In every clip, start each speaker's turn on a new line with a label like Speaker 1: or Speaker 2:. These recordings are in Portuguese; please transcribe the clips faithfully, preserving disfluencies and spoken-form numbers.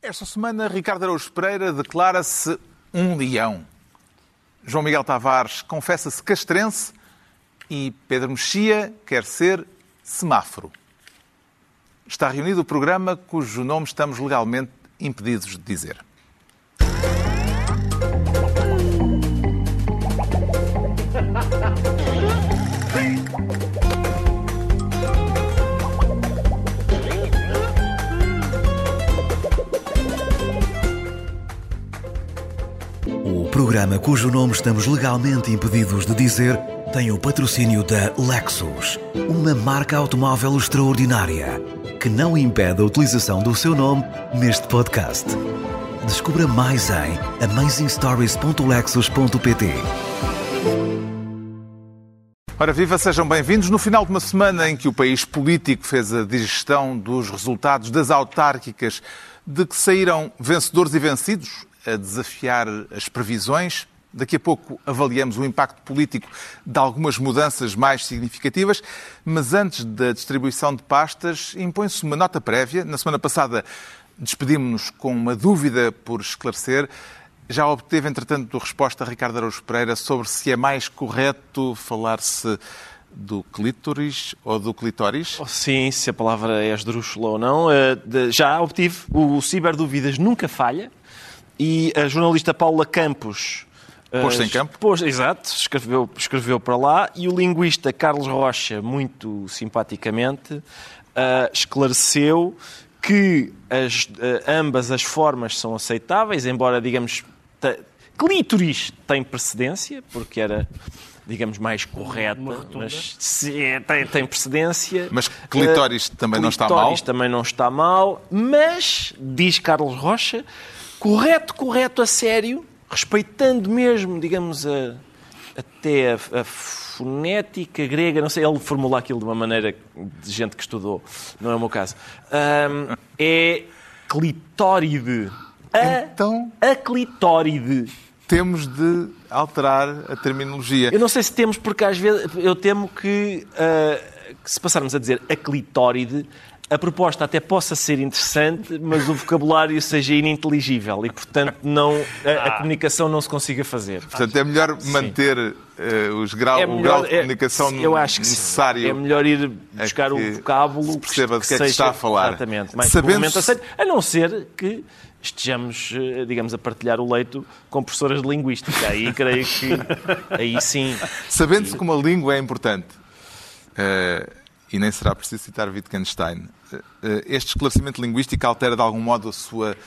Speaker 1: Esta semana, Ricardo Araújo Pereira declara-se um leão. João Miguel Tavares confessa-se castrense e Pedro Mexia quer ser semáforo. Está reunido o programa cujo nome estamos legalmente impedidos de dizer.
Speaker 2: O programa cujo nome estamos legalmente impedidos de dizer tem o patrocínio da Lexus, uma marca automóvel extraordinária que não impede a utilização do seu nome neste podcast. Descubra mais em amazing stories ponto lexus ponto pt.
Speaker 1: Ora viva, sejam bem-vindos. No final de uma semana em que o país político fez a digestão dos resultados das autárquicas de que saíram vencedores e vencidos, a desafiar as previsões. Daqui a pouco avaliamos o impacto político de algumas mudanças mais significativas, mas antes da distribuição de pastas, impõe-se uma nota prévia. Na semana passada despedimos-nos com uma dúvida por esclarecer. Já obteve, entretanto, resposta a Ricardo Araújo Pereira sobre se é mais correto falar-se do clítoris ou do clitóris?
Speaker 3: Oh, sim, se a palavra é esdrúxula ou não. Já obtive. O Ciberdúvidas nunca falha. E a jornalista Paula Campos...
Speaker 1: Posto em campo?
Speaker 3: Pôs, exato, escreveu, escreveu para lá. E o linguista Carlos Rocha, muito simpaticamente, uh, esclareceu que as, uh, ambas as formas são aceitáveis, embora, digamos, t- clítoris tem precedência, porque era, digamos, mais correta, mas se, tem, tem precedência.
Speaker 1: Mas clitóris uh, também não está mal?
Speaker 3: Clitóris também não está mal, mas, diz Carlos Rocha, correto, correto, a sério, respeitando mesmo, digamos, a, até a, a fonética grega, não sei, ele formula aquilo de uma maneira de gente que estudou, não é o meu caso, um, é clitóride. A,
Speaker 1: então,
Speaker 3: a clitóride.
Speaker 1: Temos de alterar a terminologia.
Speaker 3: Eu não sei se temos, porque às vezes eu temo que, uh, que se passarmos a dizer a clitóride, a proposta até possa ser interessante, mas o vocabulário seja ininteligível e, portanto, não, a, a comunicação não se consiga fazer.
Speaker 1: Portanto, é melhor manter uh, os grau,
Speaker 3: é
Speaker 1: melhor, o
Speaker 3: grau de
Speaker 1: comunicação
Speaker 3: é, eu acho que
Speaker 1: necessário.
Speaker 3: Sim. É melhor ir buscar um vocábulo
Speaker 1: se perceba
Speaker 3: que,
Speaker 1: de que é que
Speaker 3: seja,
Speaker 1: está a falar.
Speaker 3: Exatamente, mais
Speaker 1: Sabendo...
Speaker 3: comumente aceito, a não ser que estejamos, digamos, a partilhar o leito com professoras de linguística. Aí creio que, aí sim.
Speaker 1: Sabendo-se como a língua é importante, uh, e nem será preciso citar Wittgenstein, este esclarecimento linguístico altera de algum modo a sua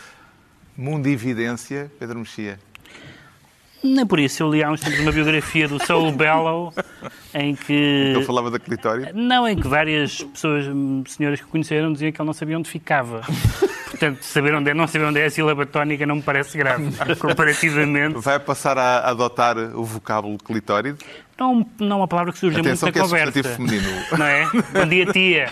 Speaker 1: mundividência, Pedro Mexia?
Speaker 4: Não é por isso. Eu li há uns tempos uma biografia do Saul Bellow em que...
Speaker 1: Eu falava da clitóris?
Speaker 4: Não, em que várias pessoas, senhoras que o conheceram, diziam que ele não sabia onde ficava. Portanto, saber onde é, não saber onde é a sílaba tónica não me parece grave, comparativamente.
Speaker 1: Vai passar a adotar o vocábulo clitóris?
Speaker 4: Não, não é uma palavra que surge
Speaker 1: Atenção,
Speaker 4: muito na conversa.
Speaker 1: Atenção que é substantivo feminino.
Speaker 4: Não é? Bom dia, tia.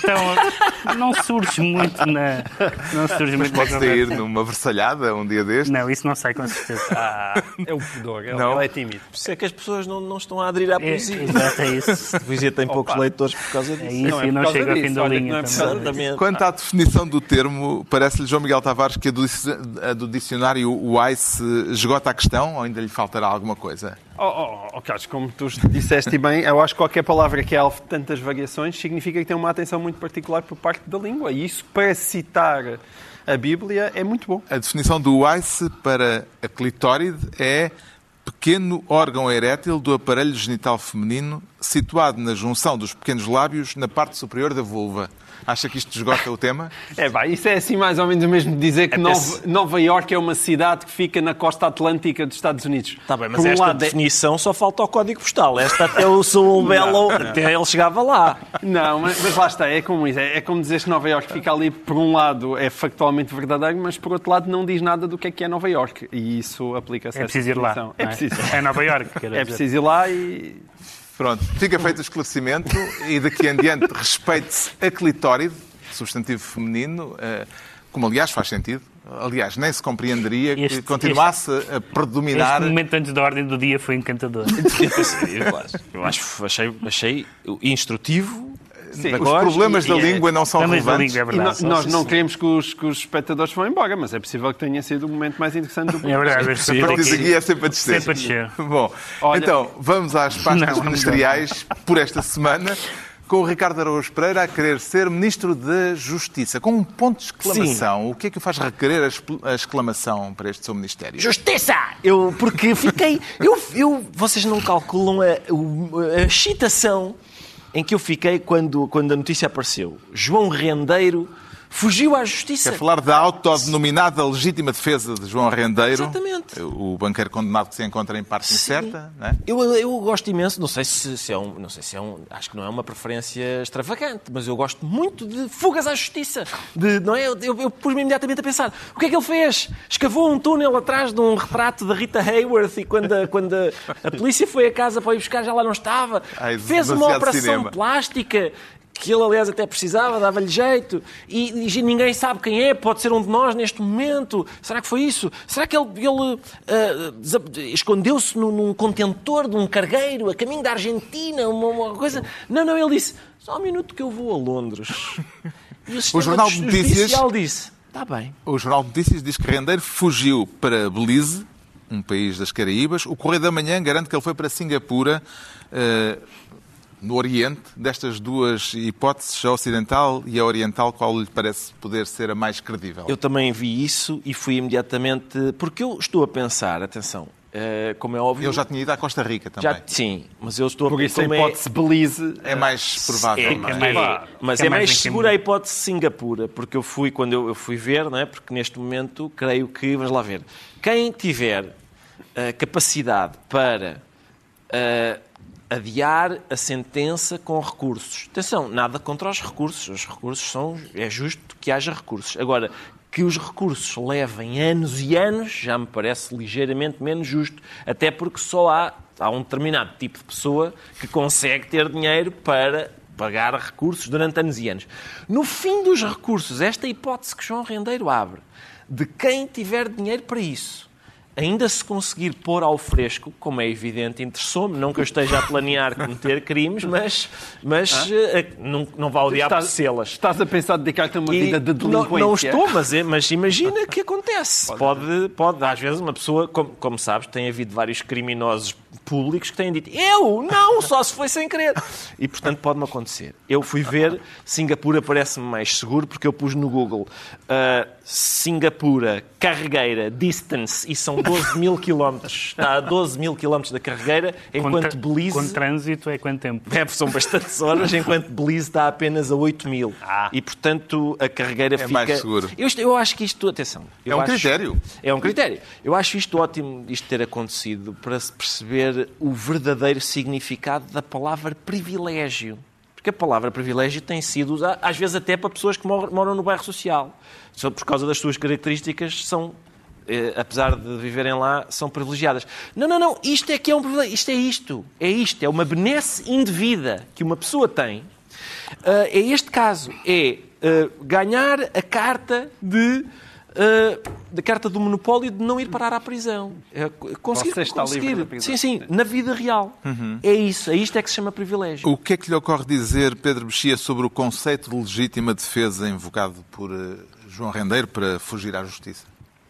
Speaker 4: Então, não surge muito na, não surge
Speaker 1: Mas
Speaker 4: muito
Speaker 1: pode
Speaker 4: na
Speaker 1: sair
Speaker 4: conversa.
Speaker 1: numa versalhada um dia deste?
Speaker 4: Não, isso não sai com certeza.
Speaker 5: Ah, é o pudor, ele, ele é tímido.
Speaker 3: Por isso é que as pessoas não, não estão a aderir à
Speaker 4: É,
Speaker 3: poesia.
Speaker 4: exato, é isso.
Speaker 3: A poesia tem poucos
Speaker 5: Opa.
Speaker 3: leitores por causa disso.
Speaker 4: É isso,
Speaker 5: Não é
Speaker 4: e
Speaker 5: por
Speaker 4: não
Speaker 5: causa
Speaker 4: chega ao
Speaker 5: disso,
Speaker 4: fim da
Speaker 5: olha,
Speaker 4: linha.
Speaker 5: não é por
Speaker 4: também.
Speaker 5: causa
Speaker 3: Exatamente.
Speaker 1: Quanto à definição do termo, parece-lhe, João Miguel Tavares, que a do, a do dicionário Wise esgota a questão ou ainda lhe faltará alguma coisa?
Speaker 5: Oh, oh, oh, Carlos, como tu disseste bem, eu acho que qualquer palavra que há tantas variações significa que tem uma atenção muito particular por parte da língua. E isso, para citar a Bíblia, é muito bom.
Speaker 1: A definição do Wise para a clitóride é pequeno órgão erétil do aparelho genital feminino situado na junção dos pequenos lábios na parte superior da vulva. Acha que isto esgota o tema?
Speaker 5: É pá, isso é assim mais ou menos o mesmo de dizer que
Speaker 3: Até
Speaker 5: Nova,
Speaker 3: se...
Speaker 5: Nova Iorque é uma cidade que fica na costa atlântica dos Estados Unidos.
Speaker 3: Está bem, mas
Speaker 5: Por um
Speaker 3: esta
Speaker 5: lado,
Speaker 3: definição só falta ao código postal. Esta até o Saul Bellow, até ele chegava lá.
Speaker 5: Não, mas, mas lá está, é como isso. É, é como dizer que Nova Iorque fica ali, por um lado, é factualmente verdadeiro, mas por outro lado não diz nada do que é que é Nova Iorque. E isso aplica-se a
Speaker 4: É
Speaker 5: essa
Speaker 4: preciso ir lá.
Speaker 5: definição. É
Speaker 4: não
Speaker 5: preciso.
Speaker 4: É Nova Iorque. quero
Speaker 5: É
Speaker 4: dizer.
Speaker 5: preciso ir lá e...
Speaker 1: Pronto, fica feito o esclarecimento e daqui em diante respeite-se a clitóride, substantivo feminino, como aliás faz sentido. Aliás, nem se compreenderia
Speaker 4: Este-
Speaker 1: que continuasse a predominar.
Speaker 4: Este momento antes da ordem do dia foi encantador.
Speaker 3: Eu acho, achei, achei instrutivo.
Speaker 5: Sim.
Speaker 1: Os problemas
Speaker 3: e,
Speaker 1: da
Speaker 3: e,
Speaker 1: língua não são
Speaker 4: Problemas da
Speaker 1: relevantes.
Speaker 4: língua, é
Speaker 5: E
Speaker 4: verdade.
Speaker 5: no- nós não queremos que os, que os espectadores vão embora, mas é possível que tenha sido o momento mais interessante do
Speaker 4: É verdade.
Speaker 1: A partir daqui é sempre a descer.
Speaker 4: Sempre a descer.
Speaker 1: Bom,
Speaker 5: Olha-
Speaker 1: então, vamos às pastas
Speaker 4: Não, não
Speaker 1: ministeriais por esta semana, com o Ricardo Araújo Pereira a querer ser Ministro da Justiça, com um ponto de exclamação. O que é que o faz requerer a expl- a exclamação para este seu Ministério?
Speaker 3: Justiça! Eu, porque fiquei... Eu, eu, vocês não calculam a, o- a excitação em que eu fiquei quando, quando a notícia apareceu. João Rendeiro fugiu à justiça.
Speaker 1: Quer falar da autodenominada legítima defesa de João Rendeiro,
Speaker 3: Exatamente.
Speaker 1: o banqueiro condenado que se encontra em parte incerta, não é?
Speaker 3: Eu, eu gosto imenso, não sei se, se é um, não sei se é um, acho que não é uma preferência extravagante, mas eu gosto muito de fugas à justiça. De, não é? Eu, eu, eu pus-me imediatamente a pensar, o que é que ele fez? Escavou um túnel atrás de um retrato da Rita Hayworth e quando a, quando a, a polícia foi a casa para ir buscar já lá não estava.
Speaker 1: Ai,
Speaker 3: Fez uma
Speaker 1: demasiado
Speaker 3: operação
Speaker 1: cinema.
Speaker 3: plástica que ele, aliás, até precisava, dava-lhe jeito, e, e ninguém sabe quem é, pode ser um de nós neste momento. Será que foi isso? Será que ele, ele ah, desa- escondeu-se num, num contentor de um cargueiro a caminho da Argentina, uma, uma coisa? Não, não, ele disse, só um minuto que eu vou a Londres. E o, sistema
Speaker 1: Jornal de Notícias-
Speaker 3: judicial disse, está bem.
Speaker 1: O Jornal de Notícias diz que Rendeiro fugiu para Belize, um país das Caraíbas. O Correio da Manhã garante que ele foi para Singapura, eh, no Oriente. Destas duas hipóteses, a ocidental e a oriental, qual lhe parece poder ser a mais credível?
Speaker 3: Eu também vi isso e fui imediatamente... Porque eu estou a pensar, atenção, eh, como é óbvio...
Speaker 1: Ele já tinha ido à Costa Rica também.
Speaker 3: já, sim, mas eu estou a
Speaker 5: Por isso a
Speaker 3: como é-
Speaker 5: hipótese Belize
Speaker 1: É mais provável,
Speaker 3: É,
Speaker 1: não é?
Speaker 4: é mais-
Speaker 3: é, mas
Speaker 4: é
Speaker 3: é
Speaker 4: mais
Speaker 3: mais
Speaker 4: em
Speaker 3: segura a
Speaker 4: caminho.
Speaker 3: hipótese de Singapura, porque eu fui, quando eu, eu fui ver, não é? Porque neste momento, creio que, vamos lá ver, quem tiver a capacidade para ah, adiar a sentença com recursos. Atenção, nada contra os recursos. Os recursos são... É justo que haja recursos. Agora, que os recursos levem anos e anos, já me parece ligeiramente menos justo. Até porque só há, há um determinado tipo de pessoa que consegue ter dinheiro para pagar recursos durante anos e anos. No fim dos recursos, esta hipótese que João Rendeiro abre, de quem tiver dinheiro para isso, ainda se conseguir pôr ao fresco, como é evidente, interessou-me, não que eu esteja a planear cometer crimes, mas, mas eh, não, não vá ao diabo
Speaker 5: Estás,
Speaker 3: celas.
Speaker 5: estás a pensar dedicar-te a uma
Speaker 3: E
Speaker 5: vida de
Speaker 3: não,
Speaker 5: delinquência?
Speaker 3: não estou, mas, é- mas imagina que acontece. Pode, pode, às vezes, uma pessoa, como, como sabes, tem havido vários criminosos públicos que têm dito eu, não, só se foi sem querer. E, portanto, pode-me acontecer. Eu fui ver, Singapura parece-me mais seguro, porque eu pus no Google uh, Singapura, carregueira, distance, e são doze mil quilómetros. Está a doze mil quilómetros da carregueira, enquanto
Speaker 4: com,
Speaker 3: Belize...
Speaker 4: com trânsito é quanto tempo?
Speaker 3: É, são bastantes horas, enquanto Belize está apenas a oito mil.
Speaker 4: Ah.
Speaker 3: E, portanto, a carregueira fica...
Speaker 1: mais seguro.
Speaker 3: Eu, eu acho que isto... Atenção. eu
Speaker 1: É um
Speaker 3: acho-
Speaker 1: critério.
Speaker 3: É um critério. Eu acho isto ótimo, isto ter acontecido, para se perceber o verdadeiro significado da palavra privilégio. Porque a palavra privilégio tem sido usada, às vezes até para pessoas que mor- moram no bairro social. Só por causa das suas características, são... Eh, apesar de viverem lá, são privilegiadas. Não, não, não, isto é que é um privilégio. Isto é isto. É isto. É uma benesse indevida que uma pessoa tem. Uh, é este caso. É uh, ganhar a carta de... Uh, da carta do monopólio de não ir parar à prisão. É conseguir,
Speaker 5: Você está livre
Speaker 3: conseguir.
Speaker 5: da prisão.
Speaker 3: Sim, sim, na vida real. É isso. É isto é que se chama privilégio.
Speaker 1: O que é que lhe ocorre dizer, Pedro Mexia, sobre o conceito de legítima defesa invocado por eh, João Rendeiro para fugir à justiça?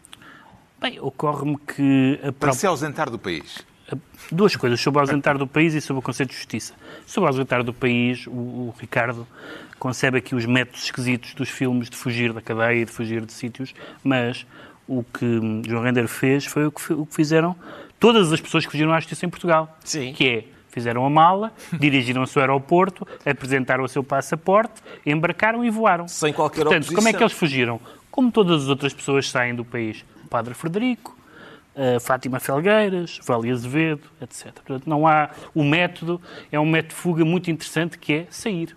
Speaker 4: Bem, ocorre-me que a
Speaker 1: Para
Speaker 4: própria...
Speaker 1: se ausentar do país?
Speaker 4: Duas coisas, sobre o ausentar do país e sobre o conceito de justiça. Sobre o ausentar do país, o, o Ricardo concebe aqui os métodos esquisitos dos filmes de fugir da cadeia e de fugir de sítios, mas o que João Rendeiro fez foi o que, o que fizeram todas as pessoas que fugiram à justiça em Portugal.
Speaker 3: Sim.
Speaker 4: Que é, fizeram a mala, dirigiram-se ao aeroporto, apresentaram o seu passaporte, embarcaram e voaram.
Speaker 3: Sem qualquer
Speaker 4: Portanto,
Speaker 3: oposição.
Speaker 4: como é que eles fugiram? Como todas as outras pessoas saem do país. O Padre Frederico, a Fátima Felgueiras, Vale Azevedo, etcétera. Portanto, não há... O método é um método de fuga muito interessante, que é sair.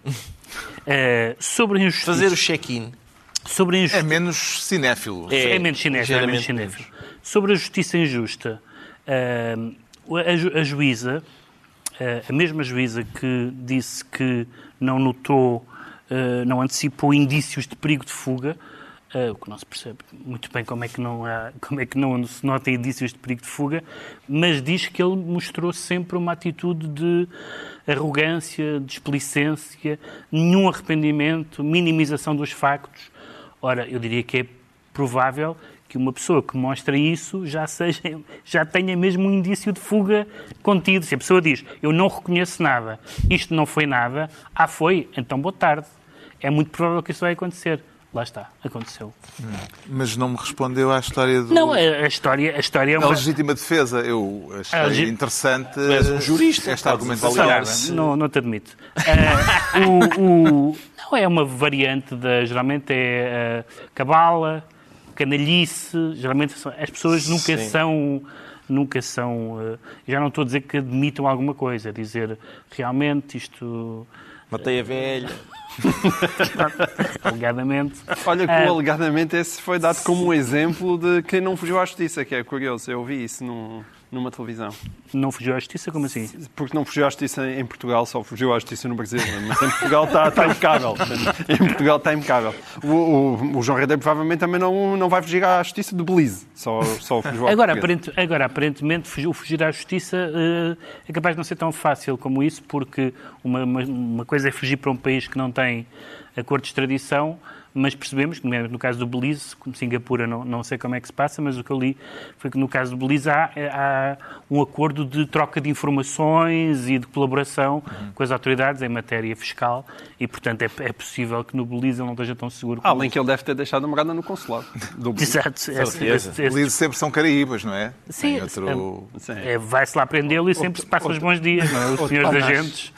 Speaker 4: Uh, sobre a injustiça...
Speaker 3: Fazer o check-in.
Speaker 1: É
Speaker 4: Sobre a injustiça...
Speaker 1: menos cinéfilo.
Speaker 3: É,
Speaker 4: É, menos cinéfilo, é menos
Speaker 3: ligeiramente
Speaker 4: cinéfilo. Sobre a justiça injusta, uh, a, ju- a juíza, uh, a mesma juíza que disse que não notou, uh, não antecipou indícios de perigo de fuga, Uh, o que não se percebe muito bem como é que não, há, como é que não se nota indícios de perigo de fuga, mas diz que ele mostrou sempre uma atitude de arrogância, displicência, nenhum arrependimento, minimização dos factos. Ora, eu diria que é provável que uma pessoa que mostra isso já, seja, já tenha mesmo um indício de fuga contido. Se a pessoa diz, eu não reconheço nada, isto não foi nada, ah, foi, então boa tarde. É muito provável que isso vai acontecer. Lá está, aconteceu.
Speaker 1: Mas não me respondeu à história do...
Speaker 4: Não, a, a história, a história é uma...
Speaker 1: A legítima defesa. Eu achei
Speaker 4: legi...
Speaker 1: interessante
Speaker 3: tu és um jurista,
Speaker 1: esta argumentação.
Speaker 4: Não, não te admito. Uh, o, o... Não, é uma variante da... Geralmente é uh, cabala, canalhice. Geralmente são... as pessoas nunca Sim. são... Nunca são... Uh... Já não estou a dizer que admitam alguma coisa. Dizer, realmente, isto...
Speaker 3: Matei a velha...
Speaker 4: Alegadamente.
Speaker 5: Olha que o
Speaker 4: uh,
Speaker 5: alegadamente esse foi dado como um exemplo de quem não fugiu à justiça, que é curioso. Eu vi isso num, numa televisão.
Speaker 4: Não fugiu à justiça? Como assim?
Speaker 5: Porque não fugiu à justiça em Portugal, só fugiu à justiça no Brasil. Mas em Portugal está, está impecável. Em Portugal está impecável. O, o, o João Rendeiro provavelmente também não, não vai fugir à justiça de Belize. Só, só fugiu à
Speaker 4: agora, aparente, agora, aparentemente, fugir, fugir à justiça uh, é capaz de não ser tão fácil como isso, porque uma, uma, uma coisa é fugir para um país que não tem acordo de extradição, mas percebemos que no caso do Belize, como Singapura, não, não sei como é que se passa, mas o que eu li foi que no caso do Belize há, há um acordo de troca de informações e de colaboração uhum. com as autoridades em matéria fiscal e, portanto, é, é possível que no Belize ele não esteja tão seguro como...
Speaker 5: Além que ele deve ter deixado a morada no consulado do Belize.
Speaker 4: Exato.
Speaker 1: Esse, esse, esse... Belize sempre são Caraíbas, não é?
Speaker 4: Sim.
Speaker 1: Outro...
Speaker 4: É, vai-se lá prendê-lo e sempre se passam os bons dias, não é? Os senhores agentes.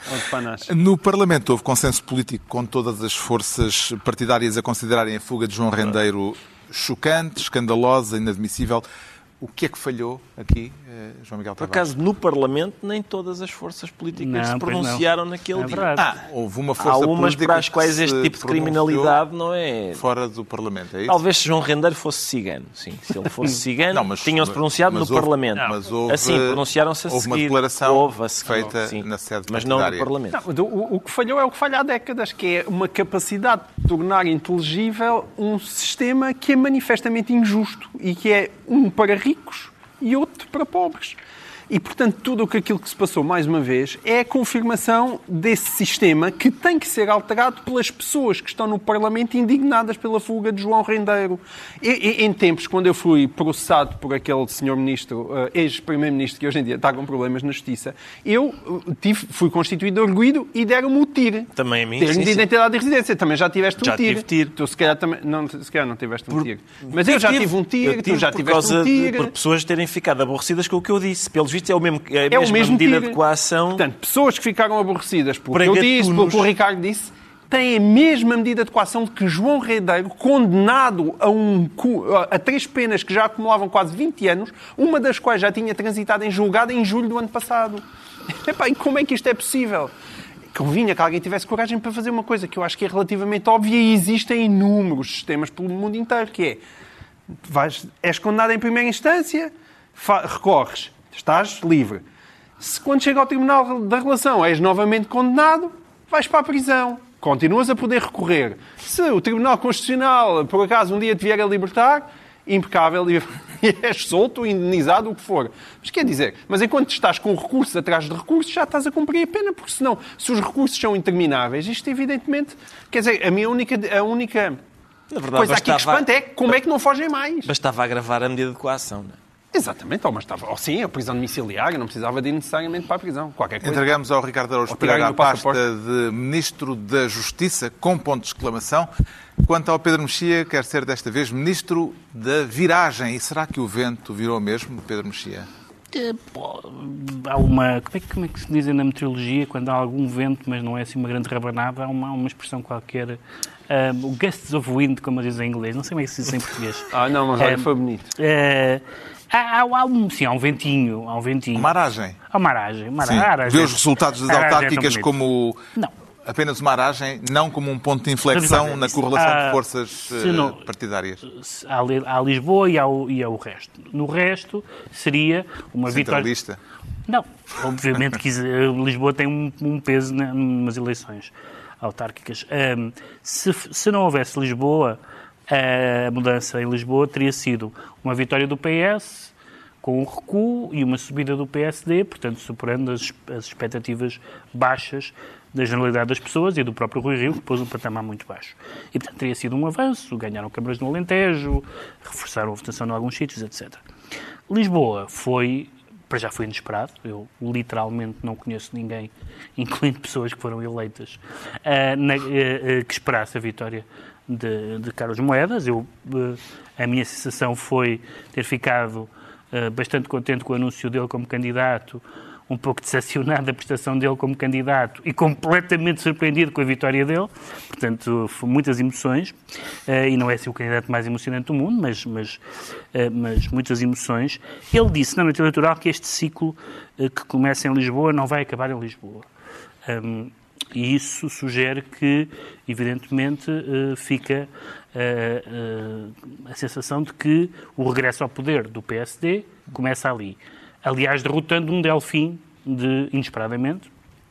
Speaker 1: No Parlamento houve consenso político com todas as forças partidárias a considerarem a fuga de João Rendeiro chocante, escandalosa, inadmissível. O que é que falhou aqui, João Miguel Tavares?
Speaker 3: Por acaso, no Parlamento, nem todas as forças políticas
Speaker 4: não,
Speaker 3: se pronunciaram naquele
Speaker 4: é
Speaker 3: dia.
Speaker 1: Ah, houve uma força
Speaker 3: Há umas
Speaker 1: política
Speaker 3: para as quais
Speaker 1: que
Speaker 3: este tipo de criminalidade não é...
Speaker 1: fora do Parlamento, é isso?
Speaker 3: Talvez se João Rendeiro fosse cigano, sim. Se ele fosse cigano, não, mas, tinham-se pronunciado no
Speaker 1: houve,
Speaker 3: Parlamento.
Speaker 1: Não, mas houve,
Speaker 3: assim, pronunciaram-se a
Speaker 1: houve
Speaker 3: seguir.
Speaker 1: uma declaração
Speaker 3: houve a seguir,
Speaker 1: feita
Speaker 3: sim,
Speaker 1: na sede
Speaker 3: mas não
Speaker 1: partidária.
Speaker 3: no Parlamento.
Speaker 5: Não, o, o que falhou é o que falha há décadas, que é uma capacidade de tornar inteligível um sistema que é manifestamente injusto e que é um para ricos e outro para pobres. E, portanto, tudo aquilo que se passou, mais uma vez, é a confirmação desse sistema que tem que ser alterado pelas pessoas que estão no Parlamento indignadas pela fuga de João Rendeiro. E, e, em tempos, quando eu fui processado por aquele senhor ministro, uh, ex-primeiro-ministro, que hoje em dia está com problemas na justiça, eu uh, tive, fui constituído de arguido e deram-me o T I R.
Speaker 3: Também a mim,
Speaker 5: Ter-me
Speaker 3: sim,
Speaker 5: de
Speaker 3: sim.
Speaker 5: identidade de residência. Também já tiveste um
Speaker 3: já
Speaker 5: T I R.
Speaker 3: tive T I R.
Speaker 5: Tu, se calhar, também, não, se calhar não tiveste um
Speaker 3: Por,
Speaker 5: T I R. Mas eu já tive, tive um T I R, tu já
Speaker 3: por
Speaker 5: tiveste
Speaker 3: causa
Speaker 5: um T I R.
Speaker 3: De, por pessoas terem ficado aborrecidas com o que eu disse. Pelos vistos, é, o mesmo, é a
Speaker 5: É
Speaker 3: mesma
Speaker 5: o mesmo
Speaker 3: medida
Speaker 5: T I R.
Speaker 3: de coação.
Speaker 5: Portanto, pessoas que ficaram aborrecidas pelo que eu
Speaker 3: Pregatunos.
Speaker 5: disse, pelo que o Ricardo disse, têm a mesma medida de coação de que João Rendeiro, condenado a, um, a três penas que já acumulavam quase vinte anos, uma das quais já tinha transitado em julgado em julho do ano passado. Epá, e como é que isto é possível? Convinha que alguém tivesse coragem para fazer uma coisa que eu acho que é relativamente óbvia e existem inúmeros sistemas pelo mundo inteiro, que é, vais, és condenado em primeira instância, recorres, estás livre. Se quando chega ao Tribunal da Relação és novamente condenado, vais para a prisão. Continuas a poder recorrer. Se o Tribunal Constitucional, por acaso, um dia te vier a libertar, impecável, e és solto, indenizado, o que for. Mas quer dizer, mas enquanto estás com recursos atrás de recursos, já estás a cumprir a pena, porque senão, se os recursos são intermináveis, isto evidentemente... Quer dizer, a minha única... A única
Speaker 3: Na verdade,
Speaker 5: coisa aqui que
Speaker 3: bastava...
Speaker 5: espanta é como é que não fogem mais.
Speaker 3: Bastava agravar a medida de coação, não é?
Speaker 5: Exatamente, ou, mas estava, ou sim, a prisão domiciliária, não precisava de ir necessariamente para a prisão. Qualquer coisa.
Speaker 1: Entregamos ao Ricardo Araújo Pereira a pasta de Ministro da Justiça, com ponto de exclamação. Quanto ao Pedro Mexia, quer ser desta vez Ministro da Viragem. E será que o vento virou mesmo, Pedro Mexia?
Speaker 4: É, há uma... Como é, que, como é que se dizem na meteorologia? Quando há algum vento, mas não é assim uma grande rabanada, há uma, uma expressão qualquer... Um, o gusts of wind, como dizem em inglês. Não sei como é que se diz em português.
Speaker 5: Ah, não, mas olha, um, foi bonito.
Speaker 4: Uh, há, há, há, um, sim, há um ventinho. Há um ventinho.
Speaker 1: Uma aragem.
Speaker 4: Há uma aragem. Uma
Speaker 1: sim.
Speaker 4: aragem.
Speaker 1: Vê os resultados das autárquicas é como...
Speaker 4: Não.
Speaker 1: Apenas uma aragem, não como um ponto de inflexão na correlação ah, de forças não, partidárias.
Speaker 4: Há, há Lisboa e há, o, e há o resto. No resto seria uma vitória... Não, obviamente que Lisboa tem um, um peso nas eleições autárquicas. Um, se, se não houvesse Lisboa, a mudança em Lisboa teria sido uma vitória do P S, com um recuo e uma subida do P S D, portanto, superando as, as expectativas baixas da generalidade das pessoas e do próprio Rui Rio, que pôs um patamar muito baixo. E, portanto, teria sido um avanço, ganharam câmaras no Alentejo, reforçaram a votação em alguns sítios, etcétera. Lisboa foi, para já foi inesperado, eu literalmente não conheço ninguém, incluindo pessoas que foram eleitas, uh, na, uh, uh, que esperasse a vitória de, de Carlos Moedas. Eu, uh, a minha sensação foi ter ficado uh, bastante contente com o anúncio dele como candidato, um pouco decepcionado da prestação dele como candidato e completamente surpreendido com a vitória dele. Portanto, muitas emoções. Uh, e não é assim o candidato mais emocionante do mundo, mas, mas, uh, mas muitas emoções. Ele disse na noite eleitoral que este ciclo uh, que começa em Lisboa não vai acabar em Lisboa. Um, e isso sugere que, evidentemente, uh, fica uh, uh, a sensação de que o regresso ao poder do P S D começa ali. Aliás, derrotando um Delfim, de, inesperadamente,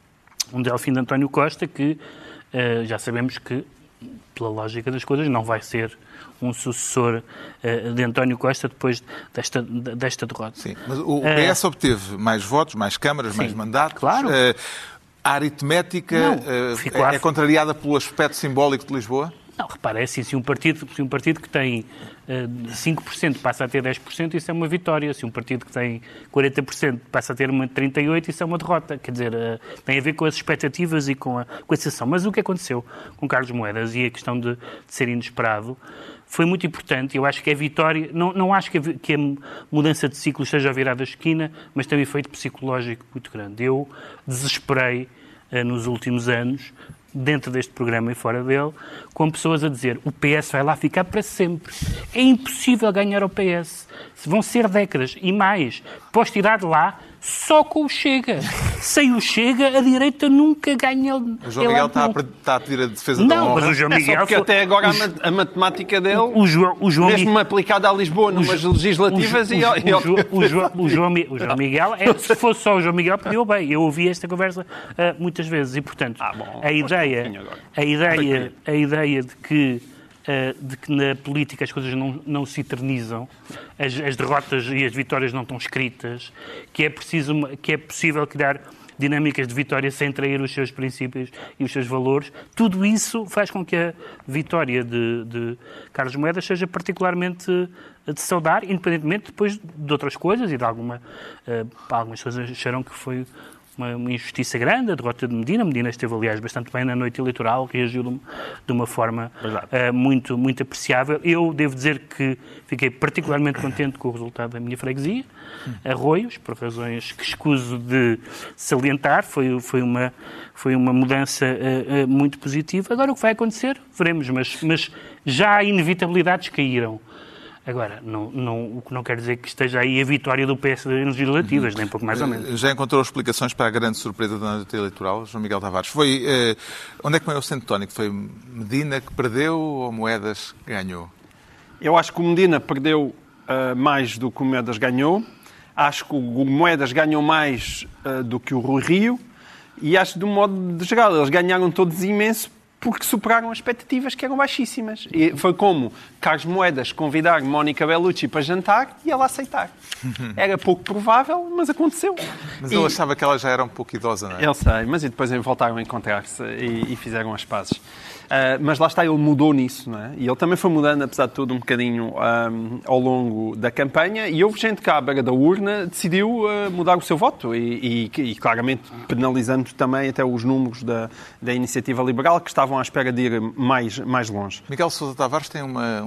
Speaker 4: um Delfim de António Costa, que uh, já sabemos que, pela lógica das coisas, não vai ser um sucessor uh, de António Costa depois desta, desta derrota.
Speaker 1: Sim, mas o P S uh, obteve mais votos, mais câmaras, sim, mais mandatos.
Speaker 4: Claro.
Speaker 1: Uh, a aritmética não, uh, é, é contrariada pelo aspecto simbólico de Lisboa?
Speaker 4: Não, repara, é assim, se um partido, se um partido que tem uh, cinco por cento passa a ter dez por cento, isso é uma vitória. Se um partido que tem quarenta por cento passa a ter uma trinta e oito por cento, isso é uma derrota. Quer dizer, uh, tem a ver com as expectativas e com a, com a sensação. Mas o que aconteceu com Carlos Moedas e a questão de, de ser inesperado foi muito importante. Eu acho que a vitória, não, não acho que a, que a mudança de ciclo esteja a virar da esquina, mas tem um efeito psicológico muito grande. Eu desesperei uh, nos últimos anos, dentro deste programa e fora dele, com pessoas a dizer o P S vai lá ficar para sempre. É impossível ganhar ao P S. Vão ser décadas e mais. Podes tirar de lá só com o Chega. Sem o Chega, a direita nunca ganha.
Speaker 1: O João Miguel está a, está a pedir a defesa
Speaker 4: não,
Speaker 1: da honra.
Speaker 4: Não, mas o João Miguel...
Speaker 5: É só porque
Speaker 4: foi...
Speaker 5: até agora
Speaker 4: o...
Speaker 5: a matemática dele,
Speaker 4: o João, o João
Speaker 5: mesmo
Speaker 4: Mi...
Speaker 5: aplicada a Lisboa, numas
Speaker 4: o...
Speaker 5: legislativas...
Speaker 4: O,
Speaker 5: e...
Speaker 4: o, o, João, o, João, o, João, o João Miguel, é, se fosse só o João Miguel, pediu bem. Eu ouvi esta conversa uh, muitas vezes e, portanto,
Speaker 5: ah, bom,
Speaker 4: a, ideia, a, ideia, a ideia de que Uh, de que na política as coisas não, não se eternizam, as, as derrotas e as vitórias não estão escritas, que é, preciso, que é possível criar dinâmicas de vitória sem trair os seus princípios e os seus valores. Tudo isso faz com que a vitória de, de Carlos Moedas seja particularmente de saudar, independentemente depois de outras coisas e de alguma... Uh, algumas pessoas acharam que foi Uma, uma injustiça grande, a derrota de Medina. Medina esteve, aliás, bastante bem na noite eleitoral, reagiu de, de uma forma uh, muito, muito apreciável. Eu devo dizer que fiquei particularmente contente com o resultado da minha freguesia, Arroios, por razões que escuso de salientar. Foi, foi, uma, foi uma mudança uh, uh, muito positiva. Agora, o que vai acontecer, veremos, mas, mas já inevitabilidades caíram. Agora, não, não, o que não quer dizer que esteja aí a vitória do P S D nas legislativas, nem pouco mais ou menos.
Speaker 1: Já encontrou explicações para a grande surpresa da noite eleitoral, João Miguel Tavares? Foi, eh, onde é que foi o centro tónico? Foi Medina que perdeu ou Moedas que ganhou?
Speaker 5: Eu acho que o Medina perdeu uh, mais do que o Moedas ganhou. Acho que o Moedas ganhou mais uh, do que o Rui Rio. E acho, de um modo de geral, eles ganharam todos imenso porque superaram as expectativas que eram baixíssimas. E foi como Carlos Moedas convidar Mónica Bellucci para jantar e ela aceitar. Era pouco provável, mas aconteceu.
Speaker 1: Mas
Speaker 5: e...
Speaker 1: ele achava que ela já era um pouco idosa, não é?
Speaker 5: Eu sei, mas e depois voltaram a encontrar-se e, e fizeram as pazes. Uh, mas lá está, ele mudou nisso, não é? E ele também foi mudando, apesar de tudo, um bocadinho um, ao longo da campanha. E houve gente que, à beira da urna, decidiu uh, mudar o seu voto. E, e, e, claramente, penalizando também até os números da, da Iniciativa Liberal, que estavam à espera de ir mais, mais longe.
Speaker 1: Miguel Sousa Tavares tem uma,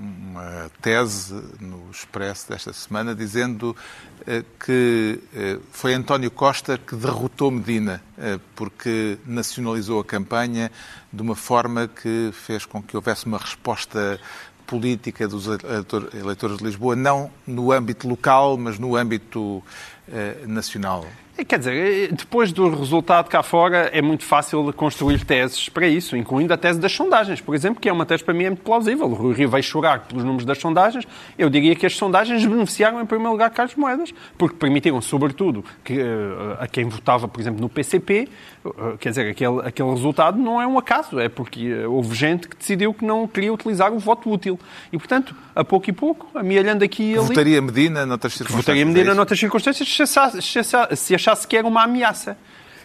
Speaker 1: uma tese no Expresso desta semana, dizendo uh, que uh, foi António Costa que derrotou Medina, uh, porque nacionalizou a campanha de uma forma que fez com que houvesse uma resposta política dos eleitores de Lisboa, não no âmbito local, mas no âmbito uh, nacional.
Speaker 5: Quer dizer, depois do resultado cá fora, é muito fácil construir teses para isso, incluindo a tese das sondagens, por exemplo, que é uma tese para mim é muito plausível. O Rui Rio veio chorar pelos números das sondagens. Eu diria que as sondagens beneficiaram, em primeiro lugar, Carlos Moedas, porque permitiram, sobretudo, que a quem votava, por exemplo, no P C P, quer dizer, aquele, aquele resultado não é um acaso, é porque houve gente que decidiu que não queria utilizar o voto útil. E, portanto, a pouco e pouco, amealhando aqui e ali...
Speaker 1: Votaria Medina noutras circunstâncias?
Speaker 5: Votaria Medina noutras circunstâncias se achasse, se achasse que era uma ameaça.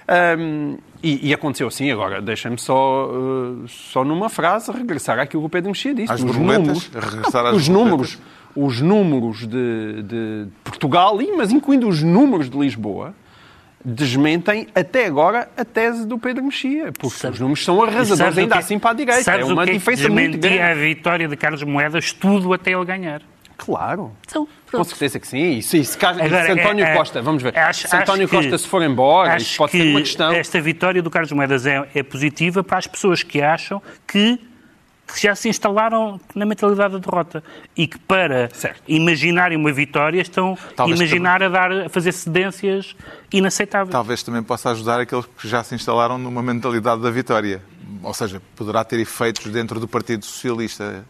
Speaker 5: Um, e, e aconteceu assim. Agora, deixem-me só, uh, só numa frase regressar àquilo que o Pedro Mexia disse.
Speaker 1: Às
Speaker 5: os
Speaker 1: números,
Speaker 5: regressar às os números, os números de, de Portugal, mas incluindo os números de Lisboa, desmentem até agora a tese do Pedro Mexia, porque sabe, os números são arrasadores ainda que, assim para a direita. É uma diferença muito grande.
Speaker 4: A vitória de Carlos Moedas, tudo até ele ganhar.
Speaker 5: Claro.
Speaker 4: Então,
Speaker 5: com certeza que sim. E se, se, Agora, se António é, Costa, vamos ver,
Speaker 4: acho,
Speaker 5: se António
Speaker 4: acho
Speaker 5: Costa
Speaker 4: que,
Speaker 5: se for embora, isso pode ser uma questão.
Speaker 4: Esta vitória do Carlos Moedas é, é positiva para as pessoas que acham que, que já se instalaram na mentalidade da derrota e que para certo. imaginarem uma vitória estão a imaginar também. a, dar, a fazer cedências inaceitáveis.
Speaker 1: Talvez também possa ajudar aqueles que já se instalaram numa mentalidade da vitória. Ou seja, poderá ter efeitos dentro do Partido Socialista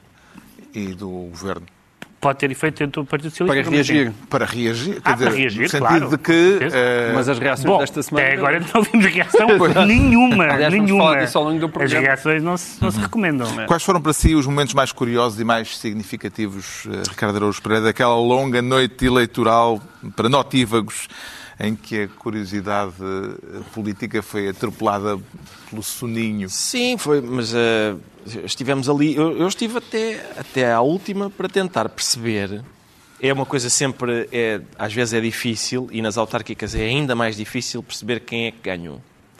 Speaker 1: e do Governo.
Speaker 4: Pode ter efeito dentro do Partido Socialista.
Speaker 5: Para reagir.
Speaker 1: Para reagir, quer
Speaker 4: ah,
Speaker 1: dizer,
Speaker 4: para reagir,
Speaker 1: no sentido
Speaker 4: claro.
Speaker 1: de que... Uh...
Speaker 5: Mas as reações
Speaker 4: Bom,
Speaker 5: desta semana...
Speaker 4: até agora não vimos reação nenhuma.
Speaker 5: Aliás,
Speaker 4: nenhuma.
Speaker 5: Disso ao longo do programa.
Speaker 4: As reações não se, não uhum. se recomendam.
Speaker 1: Quais foram para si os momentos mais curiosos e mais significativos, Ricardo Araújo Pereira, daquela longa noite eleitoral para notívagos, em que a curiosidade política foi atropelada pelo soninho?
Speaker 3: Sim, foi, mas uh, estivemos ali, eu, eu estive até, até à última para tentar perceber. É uma coisa sempre, é, às vezes é difícil, e nas autárquicas é ainda mais difícil perceber quem é que ganhou.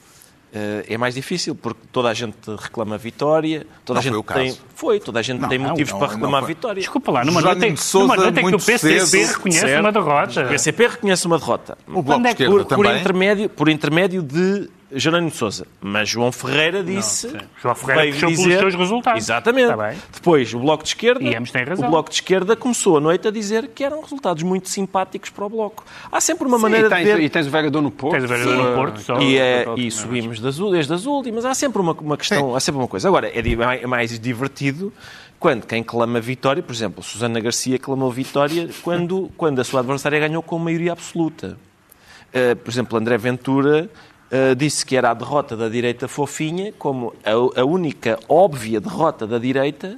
Speaker 3: Uh, é mais difícil, porque toda a gente reclama a vitória, toda
Speaker 1: não
Speaker 3: a gente
Speaker 1: foi o
Speaker 3: tem...
Speaker 1: caso.
Speaker 3: Foi, toda a gente
Speaker 1: não,
Speaker 3: tem
Speaker 1: não,
Speaker 3: motivos
Speaker 1: não,
Speaker 3: para
Speaker 1: não,
Speaker 3: reclamar
Speaker 1: não
Speaker 3: a vitória.
Speaker 4: Desculpa lá, numa
Speaker 1: noite,
Speaker 4: numa noite em que o P C P
Speaker 1: cedo,
Speaker 4: reconhece
Speaker 3: certo.
Speaker 4: uma derrota.
Speaker 3: O P C P reconhece uma derrota.
Speaker 1: O Bloco de
Speaker 3: é
Speaker 1: Esquerda
Speaker 3: por,
Speaker 1: também.
Speaker 3: Por intermédio, por intermédio de Jerónimo de Sousa. Mas João Ferreira disse...
Speaker 4: Não, João Ferreira puxou pelos seus resultados.
Speaker 3: Exatamente.
Speaker 4: Tá
Speaker 3: Depois, o Bloco de Esquerda...
Speaker 4: E ambos têm razão.
Speaker 3: O Bloco de Esquerda começou a noite a dizer que eram resultados muito simpáticos para o Bloco. Há sempre uma
Speaker 5: Sim,
Speaker 3: maneira
Speaker 5: e tens,
Speaker 3: de ver...
Speaker 5: E tens o vereador no Porto.
Speaker 4: Tens o vereador no Porto. Só.
Speaker 3: E, é, e subimos das, desde as últimas. Há sempre uma, uma questão, Sim. há sempre uma coisa. Agora, é mais divertido quando quem clama vitória, por exemplo, Susana Garcia clamou vitória quando, quando a sua adversária ganhou com maioria absoluta. Uh, por exemplo, André Ventura uh, disse que era a derrota da direita fofinha, como a, a única óbvia derrota da direita,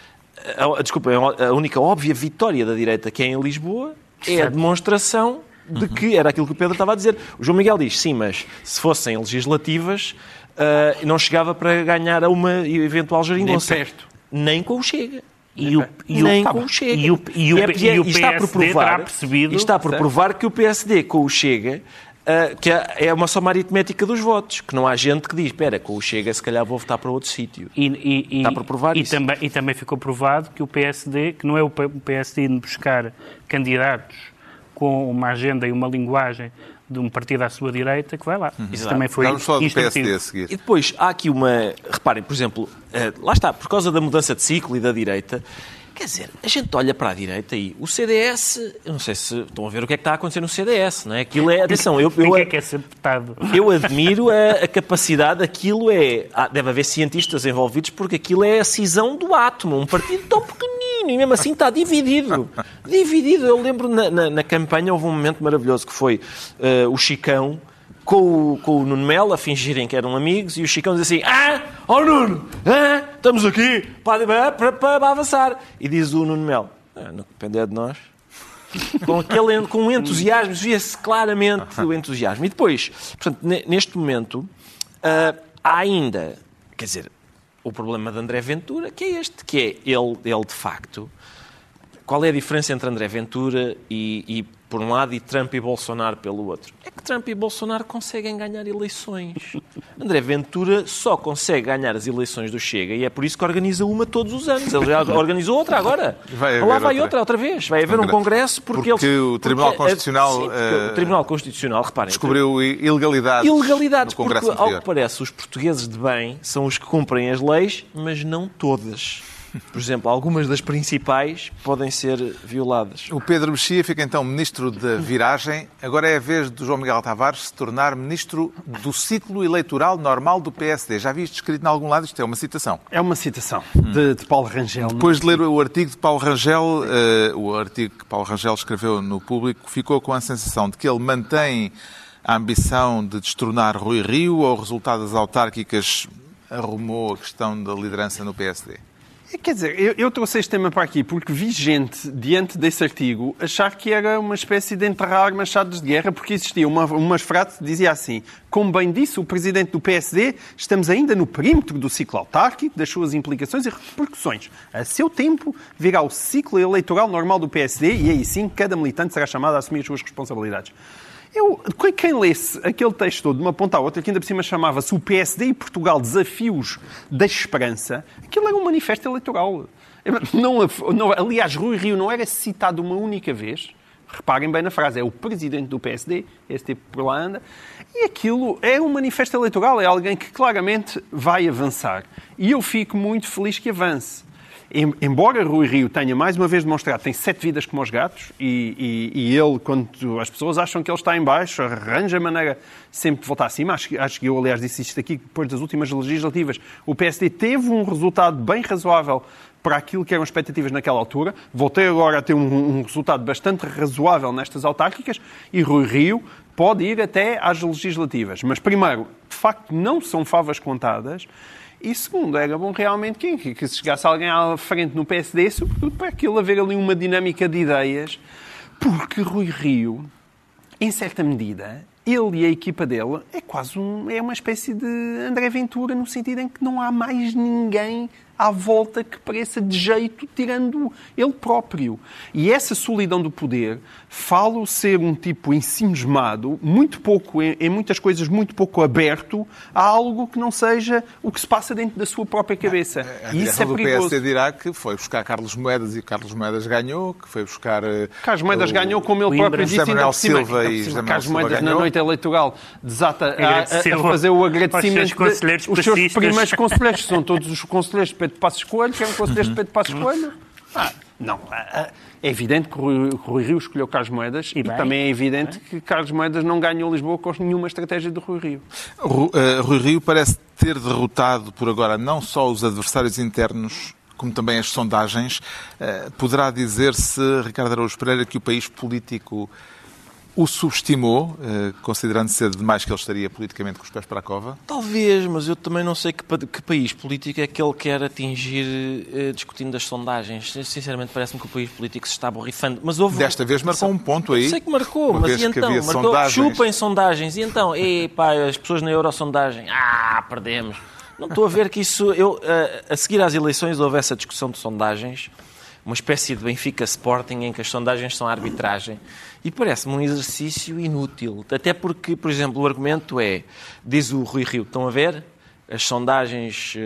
Speaker 3: a, desculpa, a única óbvia vitória da direita que é em Lisboa, é a demonstração de que era aquilo que o Pedro estava a dizer. O João Miguel diz, sim, mas se fossem legislativas, uh, não chegava para ganhar a uma eventual geringonça.
Speaker 5: Nem perto.
Speaker 3: Nem com o Chega.
Speaker 4: E o, e
Speaker 3: Nem
Speaker 4: o,
Speaker 3: com o Chega.
Speaker 4: E o, e o,
Speaker 3: e, é,
Speaker 4: e o
Speaker 3: e está por provar,
Speaker 4: percebido...
Speaker 3: E está por provar que o P S D com o Chega, uh, que é uma soma aritmética dos votos, que não há gente que diz, espera, com o Chega se calhar vou votar para outro sítio.
Speaker 4: E, e,
Speaker 3: está por provar
Speaker 4: e
Speaker 3: isso.
Speaker 4: Também, e também ficou provado que o P S D, que não é o P S D de buscar candidatos com uma agenda e uma linguagem de um partido à sua direita, que vai lá. Uhum. Isso também foi
Speaker 1: Vamos falar do P S D a seguir.
Speaker 3: E depois há aqui uma... Reparem, por exemplo, uh, lá está, por causa da mudança de ciclo e da direita, quer dizer, a gente olha para a direita e o C D S, eu não sei se estão a ver o que é que está a acontecer no C D S, não é? Aquilo é... Atenção, eu... eu
Speaker 4: o que é que é ser deputado?
Speaker 3: Eu admiro a, a capacidade, aquilo é... Ah, deve haver cientistas envolvidos, porque aquilo é a cisão do átomo, um partido tão pequenino, e mesmo assim está dividido. Dividido. Eu lembro na, na, na campanha houve um momento maravilhoso que foi uh, o Chicão com o, com o Nuno Melo a fingirem que eram amigos e o Chicão diz assim, ah, ó oh Nuno, ah, estamos aqui para, para, para avançar. E diz o Nuno Melo, ah, não depende de nós. Com, aquele, com um entusiasmo, via-se claramente o entusiasmo. E depois, portanto, neste momento, uh, há ainda, quer dizer, o problema de André Ventura, que é este, que é ele, ele de facto... Qual é a diferença entre André Ventura e, e, por um lado, e Trump e Bolsonaro pelo outro? É que Trump e Bolsonaro conseguem ganhar eleições. André Ventura só consegue ganhar as eleições do Chega e é por isso que organiza uma todos os anos. Ele já organizou outra agora.
Speaker 1: Vai
Speaker 3: Lá vai
Speaker 1: outra.
Speaker 3: outra, outra vez. Vai haver um congresso porque,
Speaker 1: porque
Speaker 3: eles,
Speaker 1: o Tribunal
Speaker 3: porque,
Speaker 1: Constitucional...
Speaker 3: Sim, porque o Tribunal Constitucional, reparem...
Speaker 1: Descobriu ilegalidades,
Speaker 3: ilegalidades
Speaker 1: no Congresso
Speaker 3: porque,
Speaker 1: anterior.
Speaker 3: ao que parece, os portugueses de bem são os que cumprem as leis, mas não todas. Por exemplo, algumas das principais podem ser violadas.
Speaker 1: O Pedro Mexia fica então ministro da viragem. Agora é a vez do João Miguel Tavares se tornar ministro do ciclo eleitoral normal do P S D. Já vi isto escrito em algum lado? Isto é uma citação.
Speaker 5: É uma citação de, de Paulo Rangel.
Speaker 1: Depois de ler o artigo de Paulo Rangel, uh, o artigo que Paulo Rangel escreveu no Público, ficou com a sensação de que ele mantém a ambição de destronar Rui Rio ou o resultado das autárquicas arrumou a questão da liderança no P S D?
Speaker 5: Quer dizer, eu, eu trouxe este tema para aqui porque vi gente, diante desse artigo, achar que era uma espécie de enterrar machados de guerra, porque existia uma, umas frases que dizia assim: como bem disse o presidente do P S D, estamos ainda no perímetro do ciclo autárquico, das suas implicações e repercussões. A seu tempo virá o ciclo eleitoral normal do P S D e aí sim cada militante será chamado a assumir as suas responsabilidades. Eu, quem lesse aquele texto todo de uma ponta à outra, que ainda por cima chamava-se o P S D e Portugal Desafios da Esperança, aquilo era um manifesto eleitoral. Não, não, aliás, Rui Rio não era citado uma única vez. Reparem bem na frase, é o presidente do P S D, esse tipo por lá anda, e aquilo é um manifesto eleitoral, é alguém que claramente vai avançar. E eu fico muito feliz que avance. Embora Rui Rio tenha mais uma vez demonstrado que tem sete vidas como os gatos e, e, e ele, quando as pessoas acham que ele está em baixo, arranja a maneira sempre de voltar acima. Acho, acho que eu, aliás, disse isto aqui depois das últimas legislativas. O P S D teve um resultado bem razoável para aquilo que eram expectativas naquela altura. Voltei agora a ter um, um resultado bastante razoável nestas autárquicas e Rui Rio pode ir até às legislativas. Mas, primeiro, de facto, não são favas contadas. E segundo, era bom realmente que, que se chegasse alguém à frente no P S D, sobretudo para aquilo haver ali uma dinâmica de ideias, porque Rui Rio, em certa medida, ele e a equipa dele é quase um, é uma espécie de André Ventura, no sentido em que não há mais ninguém à volta que pareça de jeito, tirando ele próprio. E essa solidão do poder fala-o ser um tipo ensimismado, muito pouco, em, em muitas coisas, muito pouco aberto a algo que não seja o que se passa dentro da sua própria cabeça.
Speaker 1: A, a, a
Speaker 5: e isso é
Speaker 1: do
Speaker 5: perigoso.
Speaker 1: P S D dirá que foi buscar Carlos Moedas e Carlos Moedas ganhou, que foi buscar...
Speaker 5: Carlos Moedas
Speaker 1: o,
Speaker 5: ganhou, como ele próprio disse,
Speaker 1: José Manuel
Speaker 5: cima,
Speaker 1: Silva e José Manuel
Speaker 5: Carlos
Speaker 1: Silva
Speaker 5: Moedas,
Speaker 1: ganhou.
Speaker 5: na noite eleitoral, desata a, a, a fazer o agradecimento
Speaker 4: aos seus
Speaker 5: de, os seus primeiros conselheiros, são todos os conselheiros de Pedro Passos Coelho, que eram conselheiros de Pedro Passos Coelho. Ah, não, é evidente que Rui, Rui Rio escolheu Carlos Moedas e, e também é evidente que Carlos Moedas não ganhou Lisboa com nenhuma estratégia do Rui Rio.
Speaker 1: Ru, uh, Rui Rio parece ter derrotado por agora não só os adversários internos, como também as sondagens. Uh, poderá dizer-se, Ricardo Araújo Pereira, que o país político o subestimou, considerando cedo demais que ele estaria politicamente com os pés para a cova?
Speaker 3: Talvez, mas eu também não sei que, que país político é que ele quer atingir uh, discutindo as sondagens. Sinceramente, parece-me que o país político se está borrifando. Mas houve...
Speaker 1: Desta vez marcou um ponto aí.
Speaker 3: Sei que marcou, mas e então? Marcou, sondagens. Chupem sondagens. E então? Epá, as pessoas na Eurosondagem. Ah, perdemos. Não estou a ver que isso... Eu, uh, a seguir às eleições houve essa discussão de sondagens, uma espécie de Benfica Sporting em que as sondagens são a arbitragem. E parece-me um exercício inútil. Até porque, por exemplo, o argumento é, diz o Rui Rio, estão a ver? As sondagens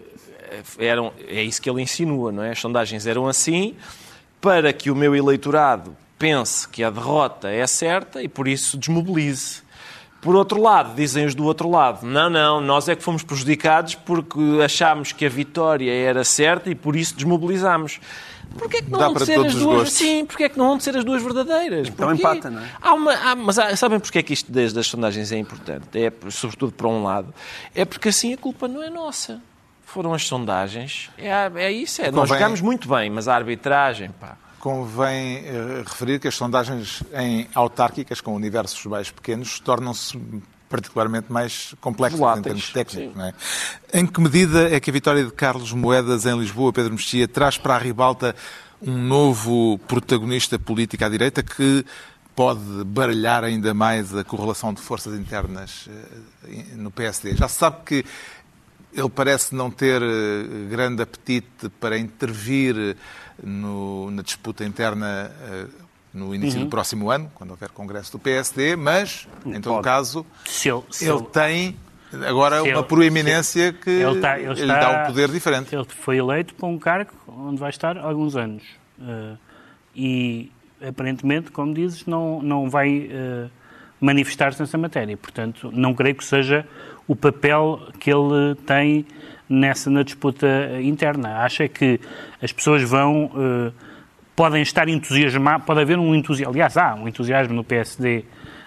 Speaker 3: eram, é isso que ele insinua, não é? As sondagens eram assim para que o meu eleitorado pense que a derrota é certa e por isso desmobilize. Por outro lado, dizem os do outro lado, não, não, nós é que fomos prejudicados porque achámos que a vitória era certa e por isso desmobilizámos. Porquê é que não
Speaker 1: Dá
Speaker 3: vão
Speaker 1: para
Speaker 3: ser
Speaker 1: todos
Speaker 3: as
Speaker 1: os
Speaker 3: duas?
Speaker 1: gostos.
Speaker 3: Sim, porquê é que não vão ser as duas verdadeiras?
Speaker 5: Então
Speaker 3: Porquê?
Speaker 5: empata, não é?
Speaker 3: Há uma, há, mas há, sabem porquê é que isto das, das sondagens é importante? É, sobretudo para um lado. É porque assim a culpa não é nossa. Foram as sondagens. É, é isso, é.
Speaker 1: Convém...
Speaker 3: Nós jogámos muito bem, mas a arbitragem, pá.
Speaker 1: Convém uh, referir que as sondagens em autárquicas, com universos mais pequenos, tornam-se particularmente mais complexas em termos técnicos. Não é? Em que medida é que a vitória de Carlos Moedas em Lisboa, Pedro Mexia, traz para a ribalta um novo protagonista político à direita que pode baralhar ainda mais a correlação de forças internas uh, no P S D? Já se sabe que ele parece não ter uh, grande apetite para intervir no, na disputa interna uh, no início uhum. do próximo ano, quando houver congresso do P S D, mas, em todo Pode. caso,
Speaker 4: se ele, se
Speaker 1: ele, ele tem agora uma ele, proeminência que ele está, ele lhe está, dá um poder diferente.
Speaker 4: Ele foi eleito para um cargo onde vai estar alguns anos. Uh, e, aparentemente, como dizes, não, não vai uh, manifestar-se nessa matéria. Portanto, não creio que seja o papel que ele tem nessa, na disputa interna. Acha que as pessoas vão, uh, podem estar entusiasmadas, pode haver um entusiasmo, aliás, há um entusiasmo no P S D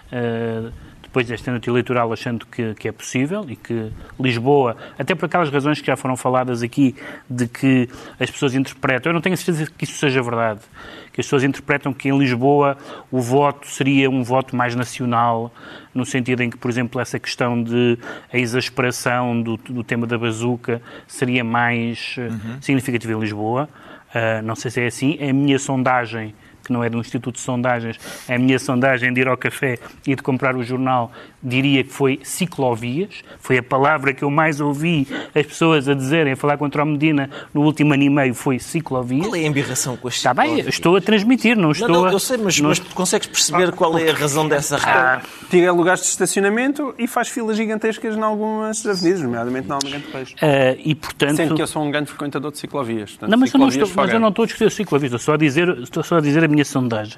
Speaker 4: uh, depois deste ano eleitoral, achando que, que é possível e que Lisboa, até por aquelas razões que já foram faladas aqui, de que as pessoas interpretam, eu não tenho a certeza que isso seja verdade, que as pessoas interpretam que em Lisboa o voto seria um voto mais nacional, no sentido em que, por exemplo, essa questão de a exasperação do, do tema da bazuca seria mais uhum. significativa em Lisboa. Uh, não sei se é assim. É a minha sondagem, que não é do Instituto de Sondagens, é a minha sondagem de ir ao café e de comprar o jornal, diria que foi ciclovias. Foi a palavra que eu mais ouvi as pessoas a dizerem, a falar contra o Medina no último ano e meio, foi ciclovias.
Speaker 3: Qual é a embirração com as
Speaker 4: Está bem, estou a transmitir, não estou
Speaker 3: não, não,
Speaker 4: a...
Speaker 3: eu sei, mas, não... mas consegues perceber qual é a razão dessa raiva?
Speaker 5: Ah, tira lugares de estacionamento e faz filas gigantescas em algumas avenidas, nomeadamente na Almirante Reis.
Speaker 4: Uh, e, portanto...
Speaker 5: Sendo que eu sou um grande frequentador de ciclovias. Portanto,
Speaker 4: não, mas,
Speaker 5: ciclovias
Speaker 4: eu não estou, mas eu não estou a discutir ciclovias, estou só a dizer, estou só a dizer a minha sondagem.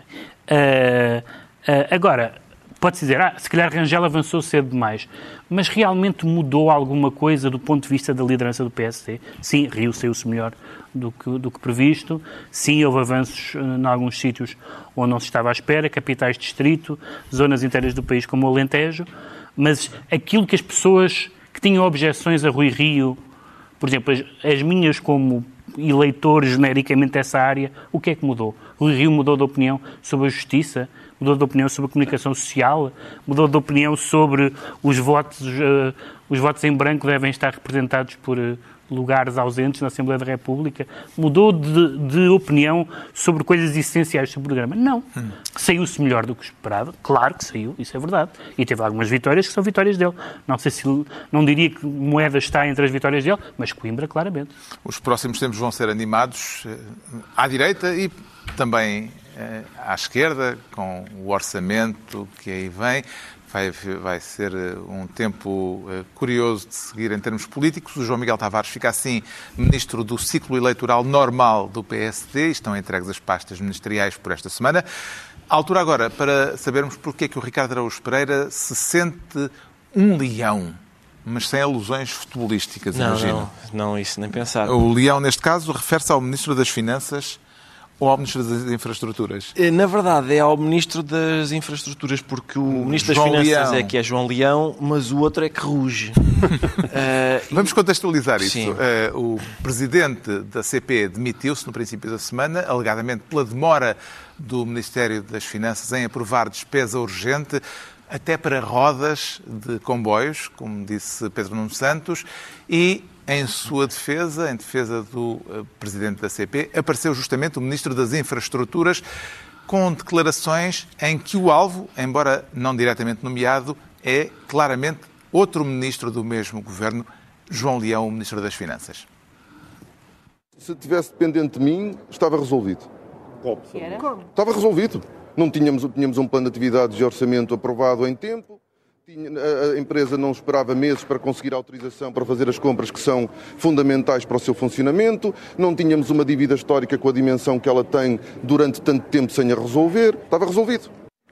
Speaker 4: Uh, uh, agora... Pode-se dizer, ah, se calhar Rangel avançou cedo demais, mas realmente mudou alguma coisa do ponto de vista da liderança do P S D? Sim, Rio saiu-se melhor do que, do que previsto, sim, houve avanços em alguns sítios onde não se estava à espera, capitais de distrito, zonas inteiras do país como o Alentejo, mas aquilo que as pessoas que tinham objeções a Rui Rio, por exemplo, as, as minhas como eleitor genericamente dessa área, o que é que mudou? Rui Rio mudou de opinião sobre a justiça, mudou de opinião sobre a comunicação social, mudou de opinião sobre os votos, uh, os votos em branco devem estar representados por uh, lugares ausentes na Assembleia da República, mudou de, de opinião sobre coisas essenciais do programa. Não. Hum. Saiu-se melhor do que esperado, claro que saiu, isso é verdade. E teve algumas vitórias que são vitórias dele. Não sei se, não diria que Moedas está entre as vitórias dele, mas Coimbra, claramente.
Speaker 1: Os próximos tempos vão ser animados à direita e também à esquerda, com o orçamento que aí vem. Vai, vai ser um tempo curioso de seguir em termos políticos. O João Miguel Tavares fica assim ministro do ciclo eleitoral normal do P S D. Estão entregues as pastas ministeriais por esta semana. A altura agora para sabermos porque é que o Ricardo Araújo Pereira se sente um leão, mas sem alusões futebolísticas,
Speaker 3: não,
Speaker 1: imagino.
Speaker 3: Não, não, isso nem pensar.
Speaker 1: O leão, neste caso, refere-se ao Ministro das Finanças ou ao Ministro das Infraestruturas?
Speaker 3: Na verdade, é ao Ministro das Infraestruturas, porque o Ministro das Finanças Leão. é que é João Leão, mas o outro é que ruge. uh,
Speaker 1: Vamos contextualizar isso.
Speaker 3: Sim.
Speaker 1: Uh, o Presidente da C P demitiu-se no princípio da semana, alegadamente pela demora do Ministério das Finanças em aprovar despesa urgente, até para rodas de comboios, como disse Pedro Nuno Santos, e em sua defesa, em defesa do uh, Presidente da C P, apareceu justamente o Ministro das Infraestruturas com declarações em que o alvo, embora não diretamente nomeado, é claramente outro Ministro do mesmo Governo, João Leão, o Ministro das Finanças.
Speaker 6: Se tivesse dependente de mim, estava resolvido. Como? Estava resolvido. Não tínhamos, tínhamos um plano de atividades e orçamento aprovado em tempo. A empresa não esperava meses para conseguir a autorização para fazer as compras que são fundamentais para o seu funcionamento. Não tínhamos uma dívida histórica com a dimensão que ela tem durante tanto tempo sem a resolver. Estava resolvido.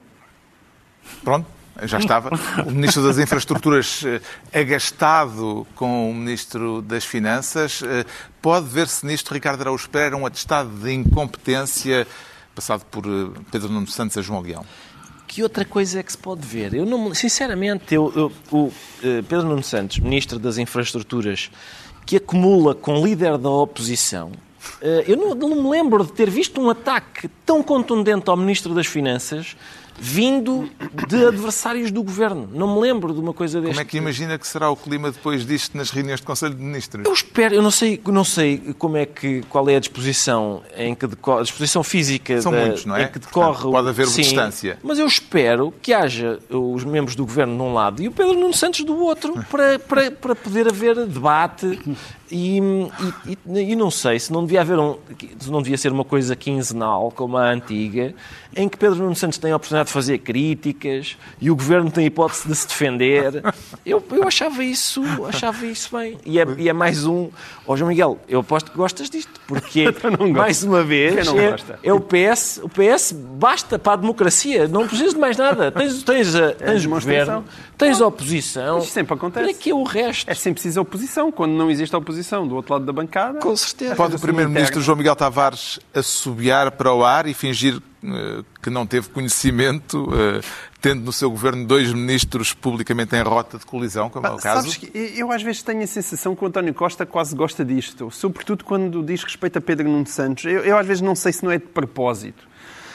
Speaker 1: Pronto, já estava. O Ministro das Infraestruturas agastado com o Ministro das Finanças. Pode ver-se nisto, Ricardo Araújo Pereira, um atestado de incompetência passado por Pedro Nuno Santos a João Leão?
Speaker 3: Que outra coisa é que se pode ver? Eu não, sinceramente, eu, eu, o Pedro Nuno Santos, Ministro das Infraestruturas, que acumula com líder da oposição, eu não, não me lembro de ter visto um ataque tão contundente ao Ministro das Finanças vindo de adversários do Governo. Não me lembro de uma coisa deste.
Speaker 1: Como é que imagina que será o clima depois disto nas reuniões de Conselho de Ministros?
Speaker 3: Eu espero, eu não sei, não sei como é que, qual é a disposição em que decorre, a disposição física
Speaker 1: São
Speaker 3: da,
Speaker 1: muitos, não é?
Speaker 3: em que decorre.
Speaker 1: Portanto, pode haver uma
Speaker 3: sim,
Speaker 1: distância.
Speaker 3: Mas eu espero que haja os membros do Governo de um lado e o Pedro Nuno Santos do outro para, para, para poder haver debate. E, e, e não sei se não devia haver um, se não devia ser uma coisa quinzenal como a antiga, em que Pedro Nuno Santos tem a oportunidade de fazer críticas e o governo tem a hipótese de se defender. Eu, eu achava isso, achava isso bem. E é, e é mais um... Ó, João Miguel, eu aposto que gostas disto, porque, mais uma vez, é, é o P S. O P S basta para a democracia, não precisa de mais nada. Tens, tens, a, tens o governo, tens a oposição.
Speaker 5: Isto sempre acontece.
Speaker 3: Para que é o resto?
Speaker 5: É sempre preciso a oposição. Quando não existe a oposição do outro lado da bancada...
Speaker 3: Com certeza.
Speaker 1: Pode o Primeiro-Ministro João Miguel Tavares assobiar para o ar e fingir uh, que não teve conhecimento, uh, tendo no seu governo dois ministros publicamente em rota de colisão, como é o caso?
Speaker 5: Sabes que eu às vezes tenho a sensação que o António Costa quase gosta disto, sobretudo quando diz respeito a Pedro Nuno Santos. Eu, eu às vezes não sei se não é de propósito.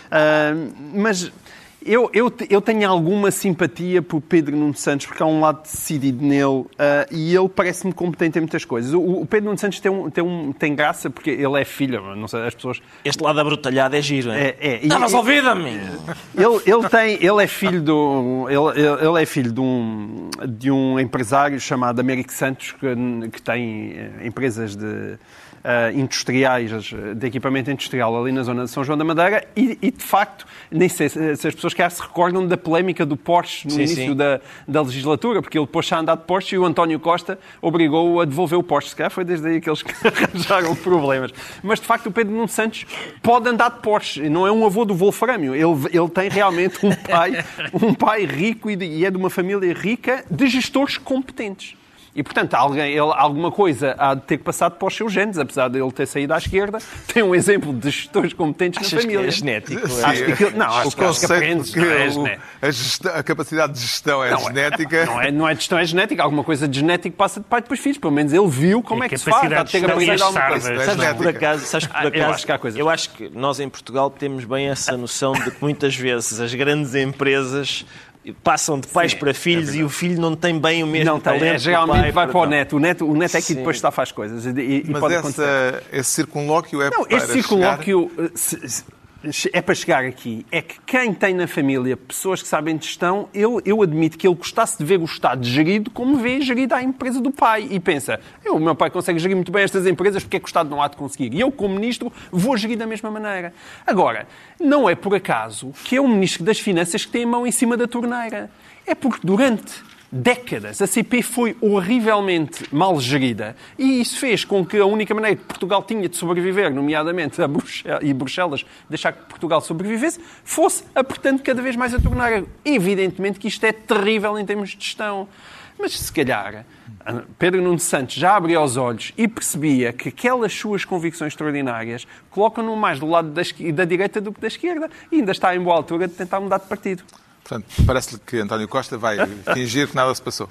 Speaker 5: Uh, mas... Eu, eu, eu tenho alguma simpatia por Pedro Nuno Santos, porque há um lado decidido nele uh, e ele parece-me competente em muitas coisas. O, o Pedro Nuno Santos tem, um, tem, um, tem graça porque ele é filho, não sei, as pessoas...
Speaker 3: Este lado abrutalhado é giro, é?
Speaker 5: É, é.
Speaker 3: Está resolvido, amigo!
Speaker 5: Ele, ele, tem, ele é filho, do, ele, ele é filho de, um, de um empresário chamado Américo Santos, que, que tem empresas de... Uh, industriais, de equipamento industrial ali na zona de São João da Madeira e, e de facto, nem sei se, se as pessoas que se recordam da polémica do Porsche no
Speaker 3: sim,
Speaker 5: início
Speaker 3: sim.
Speaker 5: Da, da legislatura, porque ele depois a andar de Porsche e o António Costa obrigou-o a devolver o Porsche. Se calhar foi desde aí que eles arranjaram problemas. Mas de facto o Pedro Nuno Santos pode andar de Porsche, não é um avô do Wolframio. Ele, ele tem realmente um pai, um pai rico e, de, e é de uma família rica de gestores competentes. E, portanto, alguém, ele, alguma coisa há de ter passado para os seus genes, apesar de ele ter saído à esquerda, tem um exemplo de gestores competentes
Speaker 3: Achas
Speaker 5: na família.
Speaker 3: Que é genético?
Speaker 1: Sim,
Speaker 5: acho que aquilo, não, acho, que, acho que aprendes.
Speaker 1: Que
Speaker 5: Não é
Speaker 1: o, a, gestão, a capacidade de gestão é
Speaker 5: não,
Speaker 1: genética.
Speaker 5: Não é, não é de gestão, é genética. Alguma coisa de genético passa de pai para os filhos. Pelo menos ele viu como
Speaker 4: é
Speaker 5: é que se faz. Há de ter aprendido alguma coisa.
Speaker 1: É
Speaker 3: Sabes que por acaso, sabes que por acaso,
Speaker 5: eu acho que há coisas.
Speaker 3: Eu acho que nós em Portugal temos bem essa noção de que muitas vezes as grandes empresas passam de pais Sim, para filhos é e o filho não tem bem o mesmo
Speaker 5: não tem,
Speaker 3: talento.
Speaker 5: É, geralmente
Speaker 3: pai,
Speaker 5: vai para, para o
Speaker 3: não.
Speaker 5: neto. O neto, o neto é que
Speaker 3: Sim.
Speaker 5: depois está a faz coisas. E, e
Speaker 1: Mas
Speaker 5: pode
Speaker 1: essa, esse circunlóquio é
Speaker 5: não,
Speaker 1: para
Speaker 5: esse circunlóquio
Speaker 1: chegar...
Speaker 5: se, se, é para chegar aqui. É que quem tem na família pessoas que sabem de gestão, eu, eu admito que ele gostasse de ver o Estado gerido como vê gerida a empresa do pai. E pensa, eu, o meu pai consegue gerir muito bem estas empresas, porque é que o Estado não há de conseguir? E eu, como ministro, vou gerir da mesma maneira. Agora, não é por acaso que é o ministro das Finanças que tem a mão em cima da torneira. É porque durante décadas a C P foi horrivelmente mal gerida e isso fez com que a única maneira que Portugal tinha de sobreviver, nomeadamente a Bruxelas, e Bruxelas deixar que Portugal sobrevivesse, fosse apertando cada vez mais a torneira. Evidentemente que isto é terrível em termos de gestão. Mas se calhar Pedro Nuno Santos já abria os olhos e percebia que aquelas suas convicções extraordinárias colocam-no mais do lado da, da direita do que da esquerda e ainda está em boa altura de tentar mudar de partido.
Speaker 1: Portanto, parece-lhe que António Costa vai fingir que nada se passou.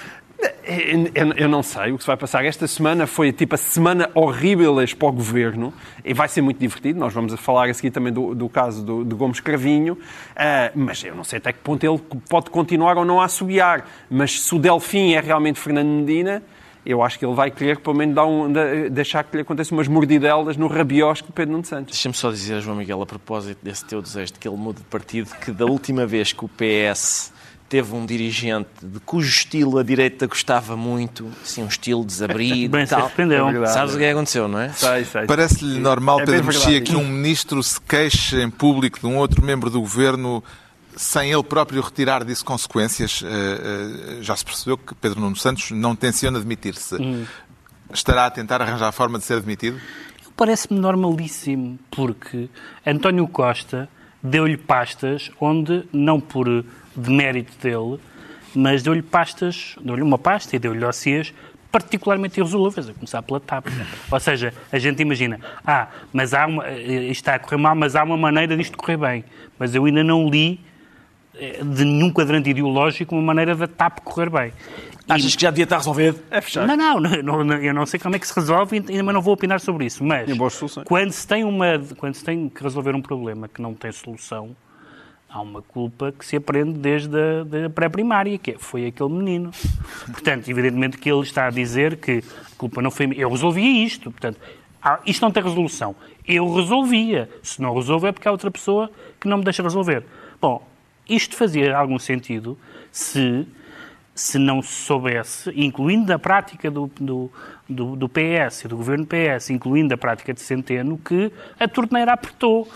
Speaker 5: Eu não sei o que se vai passar. Esta semana foi tipo a semana horrível para o Governo e vai ser muito divertido. Nós vamos falar a seguir também do, do caso do, do Gomes Cravinho, uh, mas eu não sei até que ponto ele pode continuar ou não a assobiar. Mas se o Delfim é realmente Fernando Medina, eu acho que ele vai querer, pelo menos, dar um, deixar que lhe aconteçam umas mordidelas no rabiosco de Pedro Nuno Santos.
Speaker 3: Deixa-me só dizer, João Miguel, a propósito desse teu desejo de que ele mude de partido, que da última vez que o P S teve um dirigente de cujo estilo a direita gostava muito, assim, um estilo desabrido
Speaker 4: Bem,
Speaker 3: e tal.
Speaker 4: É
Speaker 3: Sabes o que é que aconteceu, não é?
Speaker 5: Sei, sei.
Speaker 1: Parece-lhe normal,
Speaker 5: é
Speaker 1: Pedro Mexia,
Speaker 5: verdade.
Speaker 1: que um ministro se queixe em público de um outro membro do governo sem ele próprio retirar disso consequências? Uh, uh, já se percebeu que Pedro Nuno Santos não tenciona demitir-se. Hum. Estará a tentar arranjar a forma de ser demitido?
Speaker 4: Parece-me normalíssimo, porque António Costa deu-lhe pastas onde, não por demérito dele, mas deu-lhe pastas, deu-lhe uma pasta e deu-lhe dossiês particularmente irresolúveis, a começar pela T A P. Ou seja, a gente imagina, ah, mas há uma, isto está a correr mal, mas há uma maneira disto correr bem. Mas eu ainda não li de nenhum quadrante ideológico uma maneira da T A P correr bem.
Speaker 3: Achas
Speaker 4: e...
Speaker 3: que já devia estar resolvido?
Speaker 5: É fechado.
Speaker 4: Não, não, não, não, eu não sei como é que se resolve, ainda não vou opinar sobre isso, mas quando se, tem uma, quando se tem que resolver um problema que não tem solução, há uma culpa que se aprende desde a, a pré-primária, que é, foi aquele menino. Portanto, evidentemente que ele está a dizer que a culpa não foi minha. Eu resolvia isto. Portanto, ah, isto não tem resolução. Eu resolvia. Se não resolvo é porque há outra pessoa que não me deixa resolver. Bom, isto fazia algum sentido se, se não se soubesse, incluindo a prática do, do, do, do P S e do governo P S, incluindo a prática de Centeno, que a torneira apertou.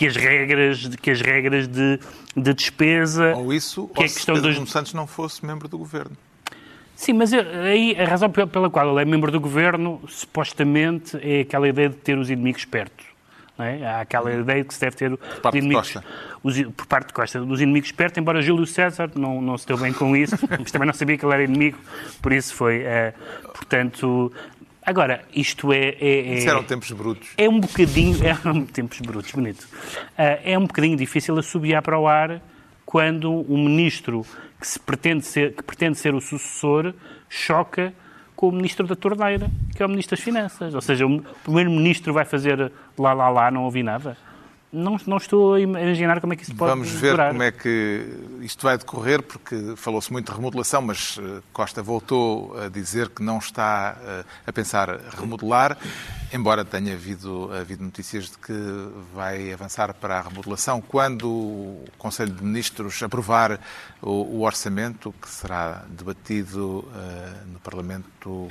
Speaker 4: que as regras, que as regras de, de despesa...
Speaker 1: Ou isso,
Speaker 4: que
Speaker 1: ou
Speaker 4: é
Speaker 1: se
Speaker 4: questão
Speaker 1: Pedro
Speaker 4: dos...
Speaker 1: Nuno Santos não fosse membro do governo.
Speaker 4: Sim, mas aí a razão pela qual ele é membro do governo, supostamente, é aquela ideia de ter os inimigos perto. Não é? Há aquela ideia que se deve ter
Speaker 1: por parte,
Speaker 4: inimigos,
Speaker 1: de Costa.
Speaker 4: Os, por parte de Costa, dos inimigos perto, embora Júlio César não, não se deu bem com isso, mas também não sabia que ele era inimigo, por isso foi, é, portanto... Agora, isto é... é, é
Speaker 1: Isso eram tempos brutos.
Speaker 4: É um bocadinho... É, tempos brutos, bonito. É um bocadinho difícil assobiar para o ar quando um ministro que, se pretende ser, que pretende ser o sucessor choca com o ministro da torneira, que é o ministro das Finanças. Ou seja, o primeiro-ministro vai fazer lá, lá, lá, não ouvi nada. Não, não estou a imaginar como é que isso pode
Speaker 1: Vamos ver
Speaker 4: durar.
Speaker 1: como é que isto vai decorrer, porque falou-se muito de remodelação, mas Costa voltou a dizer que não está a pensar remodelar, embora tenha havido, havido notícias de que vai avançar para a remodelação quando o Conselho de Ministros aprovar o, o orçamento, que será debatido uh, no Parlamento uh,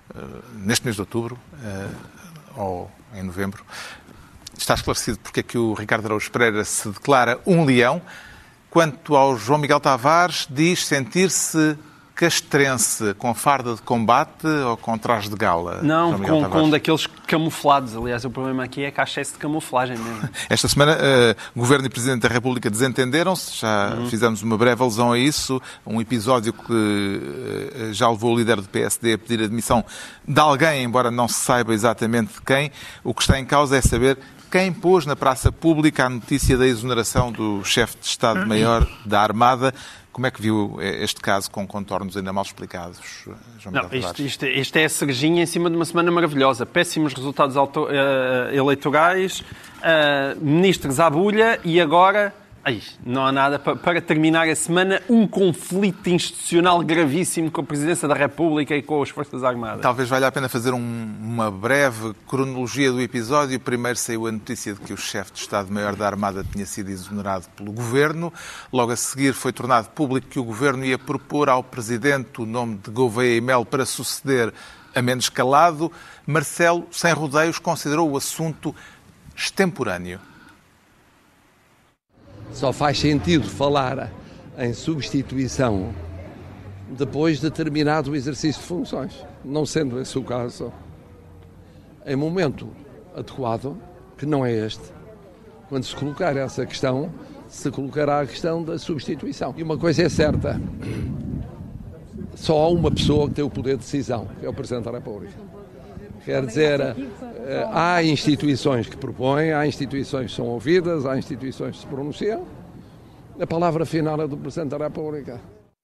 Speaker 1: neste mês de outubro uh, ou em novembro. Está esclarecido porque é que o Ricardo Araújo Pereira se declara um leão. Quanto ao João Miguel Tavares, diz sentir-se castrense, com farda de combate ou com traje de gala?
Speaker 5: Não, com, com um daqueles camuflados. Aliás, o problema aqui é que há excesso de camuflagem mesmo.
Speaker 1: Esta semana, uh, Governo e Presidente da República desentenderam-se. Já uhum. fizemos uma breve alusão a isso. Um episódio que uh, já levou o líder do P S D a pedir a demissão de alguém, embora não se saiba exatamente de quem. O que está em causa é saber quem pôs na praça pública a notícia da exoneração do chefe de Estado-Maior da Armada. Como é que viu este caso com contornos ainda mal explicados, João Miguel Tavares?
Speaker 5: Isto, isto, isto é a cerejinha em cima de uma semana maravilhosa. Péssimos resultados auto, uh, eleitorais, uh, ministros à bulha e agora... Ai, não há nada para, para terminar a semana, um conflito institucional gravíssimo com a Presidência da República e com as Forças Armadas.
Speaker 1: Talvez valha a pena fazer um, uma breve cronologia do episódio. Primeiro saiu a notícia de que o chefe de Estado-Maior da Armada tinha sido exonerado pelo Governo. Logo a seguir foi tornado público que o Governo ia propor ao Presidente o nome de Gouveia e Melo para suceder a Mendes Calado. Marcelo, sem rodeios, considerou o assunto extemporâneo.
Speaker 7: Só faz sentido falar em substituição depois de terminado o exercício de funções. Não sendo esse o caso, em momento adequado, que não é este, quando se colocar essa questão, se colocará a questão da substituição. E uma coisa é certa, só há uma pessoa que tem o poder de decisão, que é o Presidente da República. Quer dizer, há instituições que propõem, há instituições que são ouvidas, há instituições que se pronunciam. A palavra final é do Presidente da República.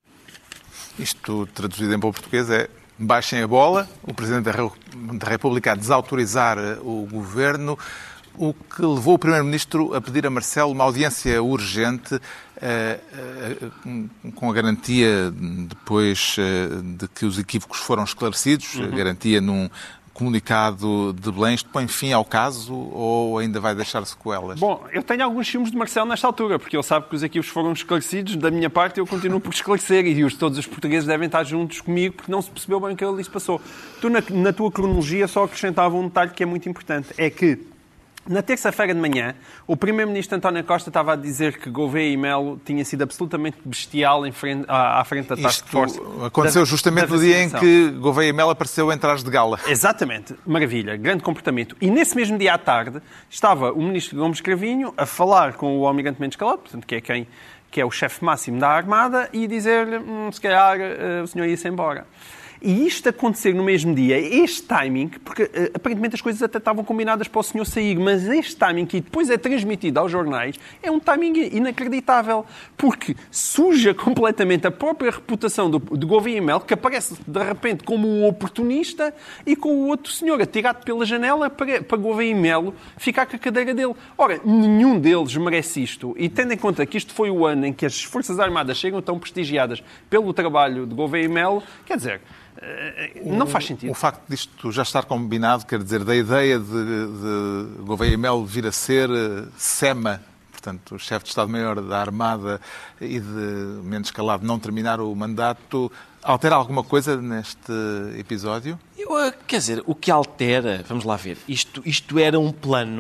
Speaker 1: Isto, traduzido em bom português, é baixem a bola, o Presidente da República a desautorizar o Governo, o que levou o Primeiro-Ministro a pedir a Marcelo uma audiência urgente, eh, eh, com a garantia, depois eh, de que os equívocos foram esclarecidos, uhum. a garantia num comunicado de Belém. Isto põe fim ao caso ou ainda vai deixar sequelas?
Speaker 5: Bom, eu tenho alguns ciúmes de Marcelo nesta altura, porque ele sabe que os equívocos foram esclarecidos. Da minha parte, eu continuo por esclarecer e os, todos os portugueses devem estar juntos comigo porque não se percebeu bem o que ali se passou. Tu, na, na tua cronologia, só acrescentava um detalhe que é muito importante. É que, na terça-feira de manhã, o Primeiro-Ministro António Costa estava a dizer que Gouveia e Melo tinha sido absolutamente bestial em frente, à, à frente da Task Force.
Speaker 1: Isto aconteceu da, justamente da no dia em que Gouveia e Melo apareceu em traje de gala.
Speaker 5: Exatamente. Maravilha. Grande comportamento. E nesse mesmo dia à tarde, estava o Ministro Gomes Cravinho a falar com o Almirante Mendes Calado, portanto, que é quem que é o chefe máximo da Armada, e dizer-lhe, hum, se calhar, uh, o senhor ia-se embora. E isto acontecer no mesmo dia, este timing, porque uh, aparentemente as coisas até estavam combinadas para o senhor sair, mas este timing que depois é transmitido aos jornais é um timing inacreditável, porque suja completamente a própria reputação do, de Gouveia e Melo, que aparece de repente como um oportunista, e com o outro senhor atirado pela janela para, para Gouveia e Melo ficar com a cadeira dele. Ora, nenhum deles merece isto, e tendo em conta que isto foi o ano em que as Forças Armadas chegam tão prestigiadas pelo trabalho de Gouveia e Melo, quer dizer, não faz sentido.
Speaker 1: O, o facto disto já estar combinado, quer dizer, da ideia de, de Gouveia e Melo vir a ser SEMA, portanto, o chefe de Estado-Maior da Armada, e de Mendes Calado não terminar o mandato, altera alguma coisa neste episódio?
Speaker 3: Eu, quer dizer, o que altera, vamos lá ver, isto, isto era um plano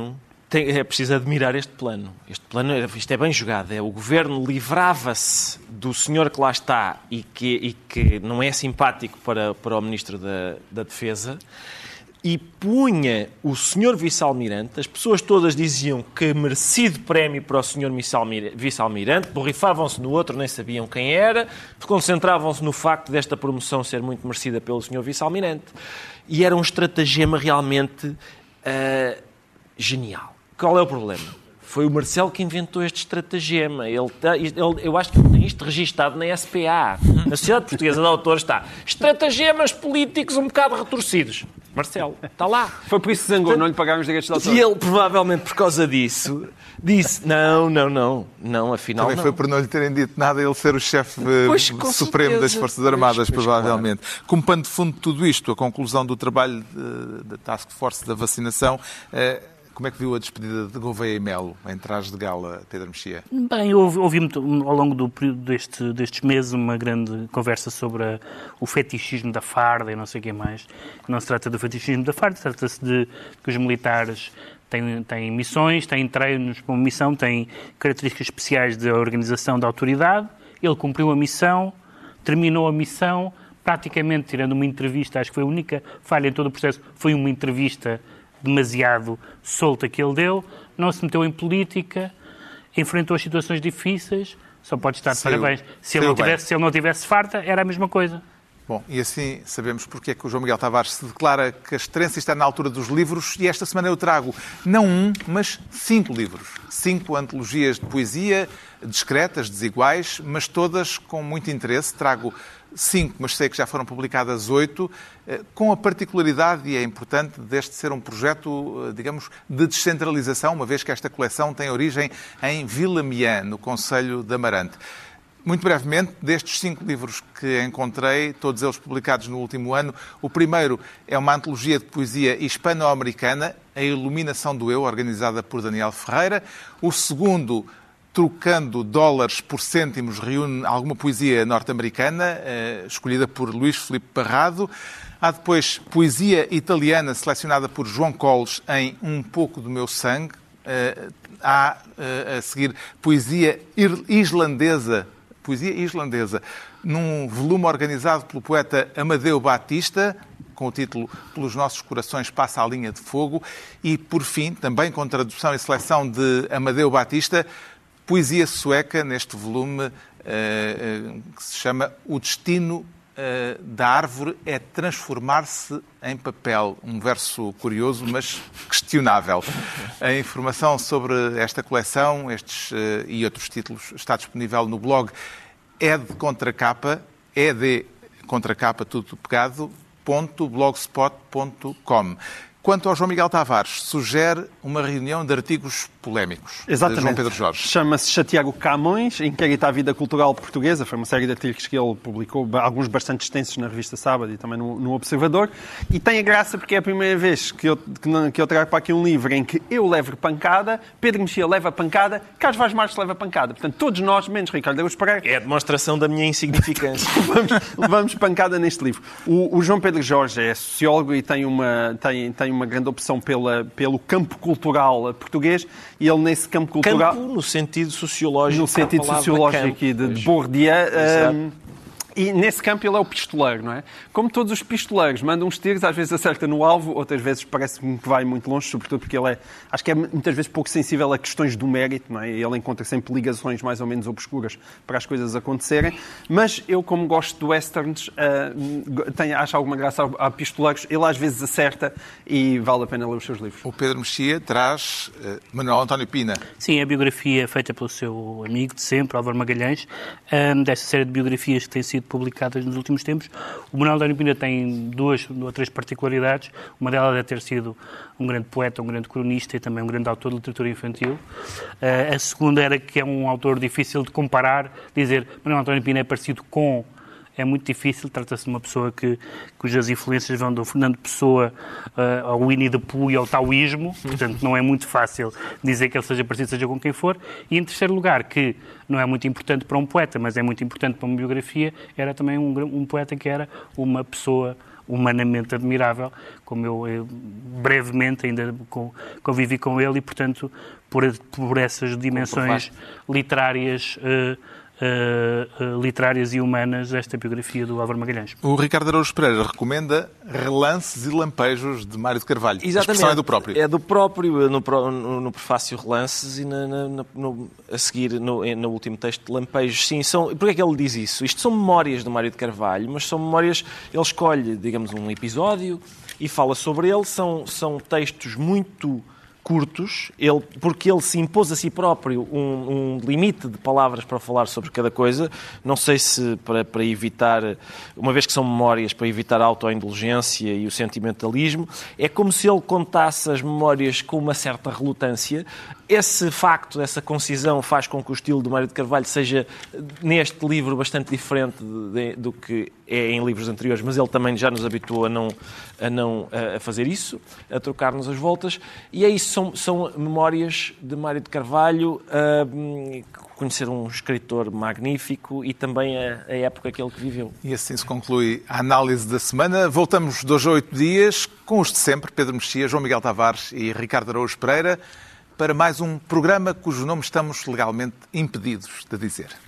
Speaker 3: Tem, é preciso admirar este plano. Este plano, isto é bem jogado. É, o governo livrava-se do senhor que lá está e que, e que não é simpático para, para o Ministro da, da Defesa e punha o senhor Vice-Almirante. As pessoas todas diziam que merecido prémio para o senhor Vice-Almirante, borrifavam-se no outro, nem sabiam quem era, concentravam-se no facto desta promoção ser muito merecida pelo senhor Vice-Almirante. E era um estratagema realmente uh, genial. Qual é o problema? Foi o Marcelo que inventou este estratagema. Ele tá, ele, eu acho que ele tem isto registado na S P A. Na Sociedade Portuguesa de Autores está estratagemas políticos um bocado retorcidos. Marcelo, está lá.
Speaker 5: Foi por isso que zangou, não lhe pagaram os direitos de autor.
Speaker 3: E ele, provavelmente por causa disso, disse, não, não, não, não, afinal
Speaker 1: Também
Speaker 3: não.
Speaker 1: foi por não lhe terem dito nada ele ser o chefe
Speaker 3: Pois,
Speaker 1: supremo
Speaker 3: certeza.
Speaker 1: das Forças Armadas,
Speaker 3: Pois, pois,
Speaker 1: provavelmente. Claro. Como pano de fundo de tudo isto, a conclusão do trabalho da Task Force da vacinação, eh, como é que viu a despedida de Gouveia e Melo em traje de gala, Pedro Mexia?
Speaker 4: Bem, eu ouvi, ouvi ao longo do período deste, destes meses uma grande conversa sobre a, o fetichismo da farda e não sei o que mais. Não se trata do fetichismo da farda, trata-se de que os militares têm, têm missões, têm treinos para uma missão, têm características especiais da organização da autoridade. Ele cumpriu a missão, terminou a missão, praticamente tirando uma entrevista, acho que foi a única falha em todo o processo, foi uma entrevista demasiado solta que ele deu, não se meteu em política, enfrentou as situações difíceis, só pode estar de
Speaker 1: Saiu,
Speaker 4: parabéns. Se ele, não tivesse, se ele não tivesse farta, era a mesma coisa.
Speaker 1: Bom, e assim sabemos porque é que o João Miguel Tavares se declara que a excelência está na altura dos livros e esta semana eu trago não um, mas cinco livros. Cinco antologias de poesia, discretas, desiguais, mas todas com muito interesse. Trago cinco, mas sei que já foram publicadas oito, com a particularidade, e é importante, deste ser um projeto, digamos, de descentralização, uma vez que esta coleção tem origem em Vila-Miã, no concelho de Amarante. Muito brevemente, destes cinco livros que encontrei, todos eles publicados no último ano, o primeiro é uma antologia de poesia hispano-americana, A Iluminação do Eu, organizada por Daniel Ferreira. O segundo, Trocando Dólares por Cêntimos, reúne alguma poesia norte-americana, escolhida por Luís Filipe Parrado. Há depois poesia italiana, selecionada por João Coles, em Um Pouco do Meu Sangue. Há, a seguir, poesia islandesa, poesia islandesa, num volume organizado pelo poeta Amadeu Batista, com o título Pelos Nossos Corações Passa a Linha de Fogo. E, por fim, também com tradução e seleção de Amadeu Batista, poesia sueca, neste volume uh, uh, que se chama O Destino uh, da Árvore é Transformar-se em Papel. Um verso curioso, mas questionável. A informação sobre esta coleção, estes uh, e outros títulos, está disponível no blog é de contracapa, é de contracapa, tudo pegado, ponto blogspot ponto com. Quanto ao João Miguel Tavares, sugere uma reunião de artigos polémicos.
Speaker 5: Exatamente.
Speaker 1: De João Pedro Jorge.
Speaker 5: Chama-se Chatear Camões, Inquérito à Vida Cultural Portuguesa. Foi uma série de artigos que ele publicou, alguns bastante extensos na revista Sábado e também no, no Observador. E tem a graça porque é a primeira vez que eu, que, não, que eu trago para aqui um livro em que eu levo pancada, Pedro Mexia leva pancada, Carlos Vaz Marques leva pancada. Portanto, todos nós, menos Ricardo Araújo Pereira...
Speaker 3: É a demonstração da minha insignificância.
Speaker 5: levamos, levamos pancada neste livro. O, o João Pedro Jorge é sociólogo e tem uma... Tem, tem uma grande opção pela, pelo campo cultural português e ele nesse campo cultural...
Speaker 3: Campo no sentido sociológico.
Speaker 5: No sentido sociológico aqui de, de Bourdieu. Um, e nesse campo ele é o pistoleiro, não é? Como todos os pistoleiros, mandam uns tiros, às vezes acerta no alvo, outras vezes parece-me que vai muito longe, sobretudo porque ele é, acho que é muitas vezes pouco sensível a questões do mérito, não é? Ele encontra sempre ligações mais ou menos obscuras para as coisas acontecerem. Mas eu, como gosto de westerns, uh, tenho, acho alguma graça a, a pistoleiros, ele às vezes acerta e vale a pena ler os seus livros.
Speaker 1: O Pedro Mexia traz uh, Manuel António Pina.
Speaker 4: Sim, a biografia feita pelo seu amigo de sempre, Álvaro Magalhães, um, desta série de biografias que tem sido publicadas nos últimos tempos. O Manuel António Pina tem duas ou três particularidades. Uma delas é ter sido um grande poeta, um grande cronista e também um grande autor de literatura infantil. Uh, a segunda era que é um autor difícil de comparar, dizer Manuel António Pina é parecido com... É muito difícil, trata-se de uma pessoa que, cujas influências vão do Fernando Pessoa uh, ao Winnie the Pooh e ao taoísmo, portanto não é muito fácil dizer que ele seja parecido, seja com quem for. E em terceiro lugar, que não é muito importante para um poeta, mas é muito importante para uma biografia, era também um, um poeta que era uma pessoa humanamente admirável, como eu, eu brevemente ainda convivi com ele e, portanto, por, por essas dimensões literárias... Uh, Uh, uh, literárias e humanas esta biografia do Álvaro Magalhães.
Speaker 1: O Ricardo Araújo Pereira recomenda Relances e Lampejos de Mário de Carvalho.
Speaker 3: Exatamente.
Speaker 1: A expressão é do próprio.
Speaker 3: É do próprio, no, no, no prefácio Relances e na, na, no, a seguir no, no último texto Lampejos. Sim, são, porque é que ele diz isso? Isto são memórias do Mário de Carvalho, mas são memórias, ele escolhe, digamos, um episódio e fala sobre ele, são, são textos muito... curtos, ele, porque ele se impôs a si próprio um, um limite de palavras para falar sobre cada coisa, não sei se para, para evitar, uma vez que são memórias, para evitar a autoindulgência e o sentimentalismo, é como se ele contasse as memórias com uma certa relutância. Esse facto, essa concisão faz com que o estilo do Mário de Carvalho seja, neste livro, bastante diferente de, de, do que é em livros anteriores, mas ele também já nos habituou a não, a, não, a fazer isso, a trocar-nos as voltas, e é isso, são, são memórias de Mário de Carvalho, uh, conhecer um escritor magnífico e também a, a época que ele viveu.
Speaker 1: E assim se conclui a análise da semana. Voltamos de hoje a oito dias, com os de sempre, Pedro Mexia, João Miguel Tavares e Ricardo Araújo Pereira, para mais um programa cujo nome estamos legalmente impedidos de dizer.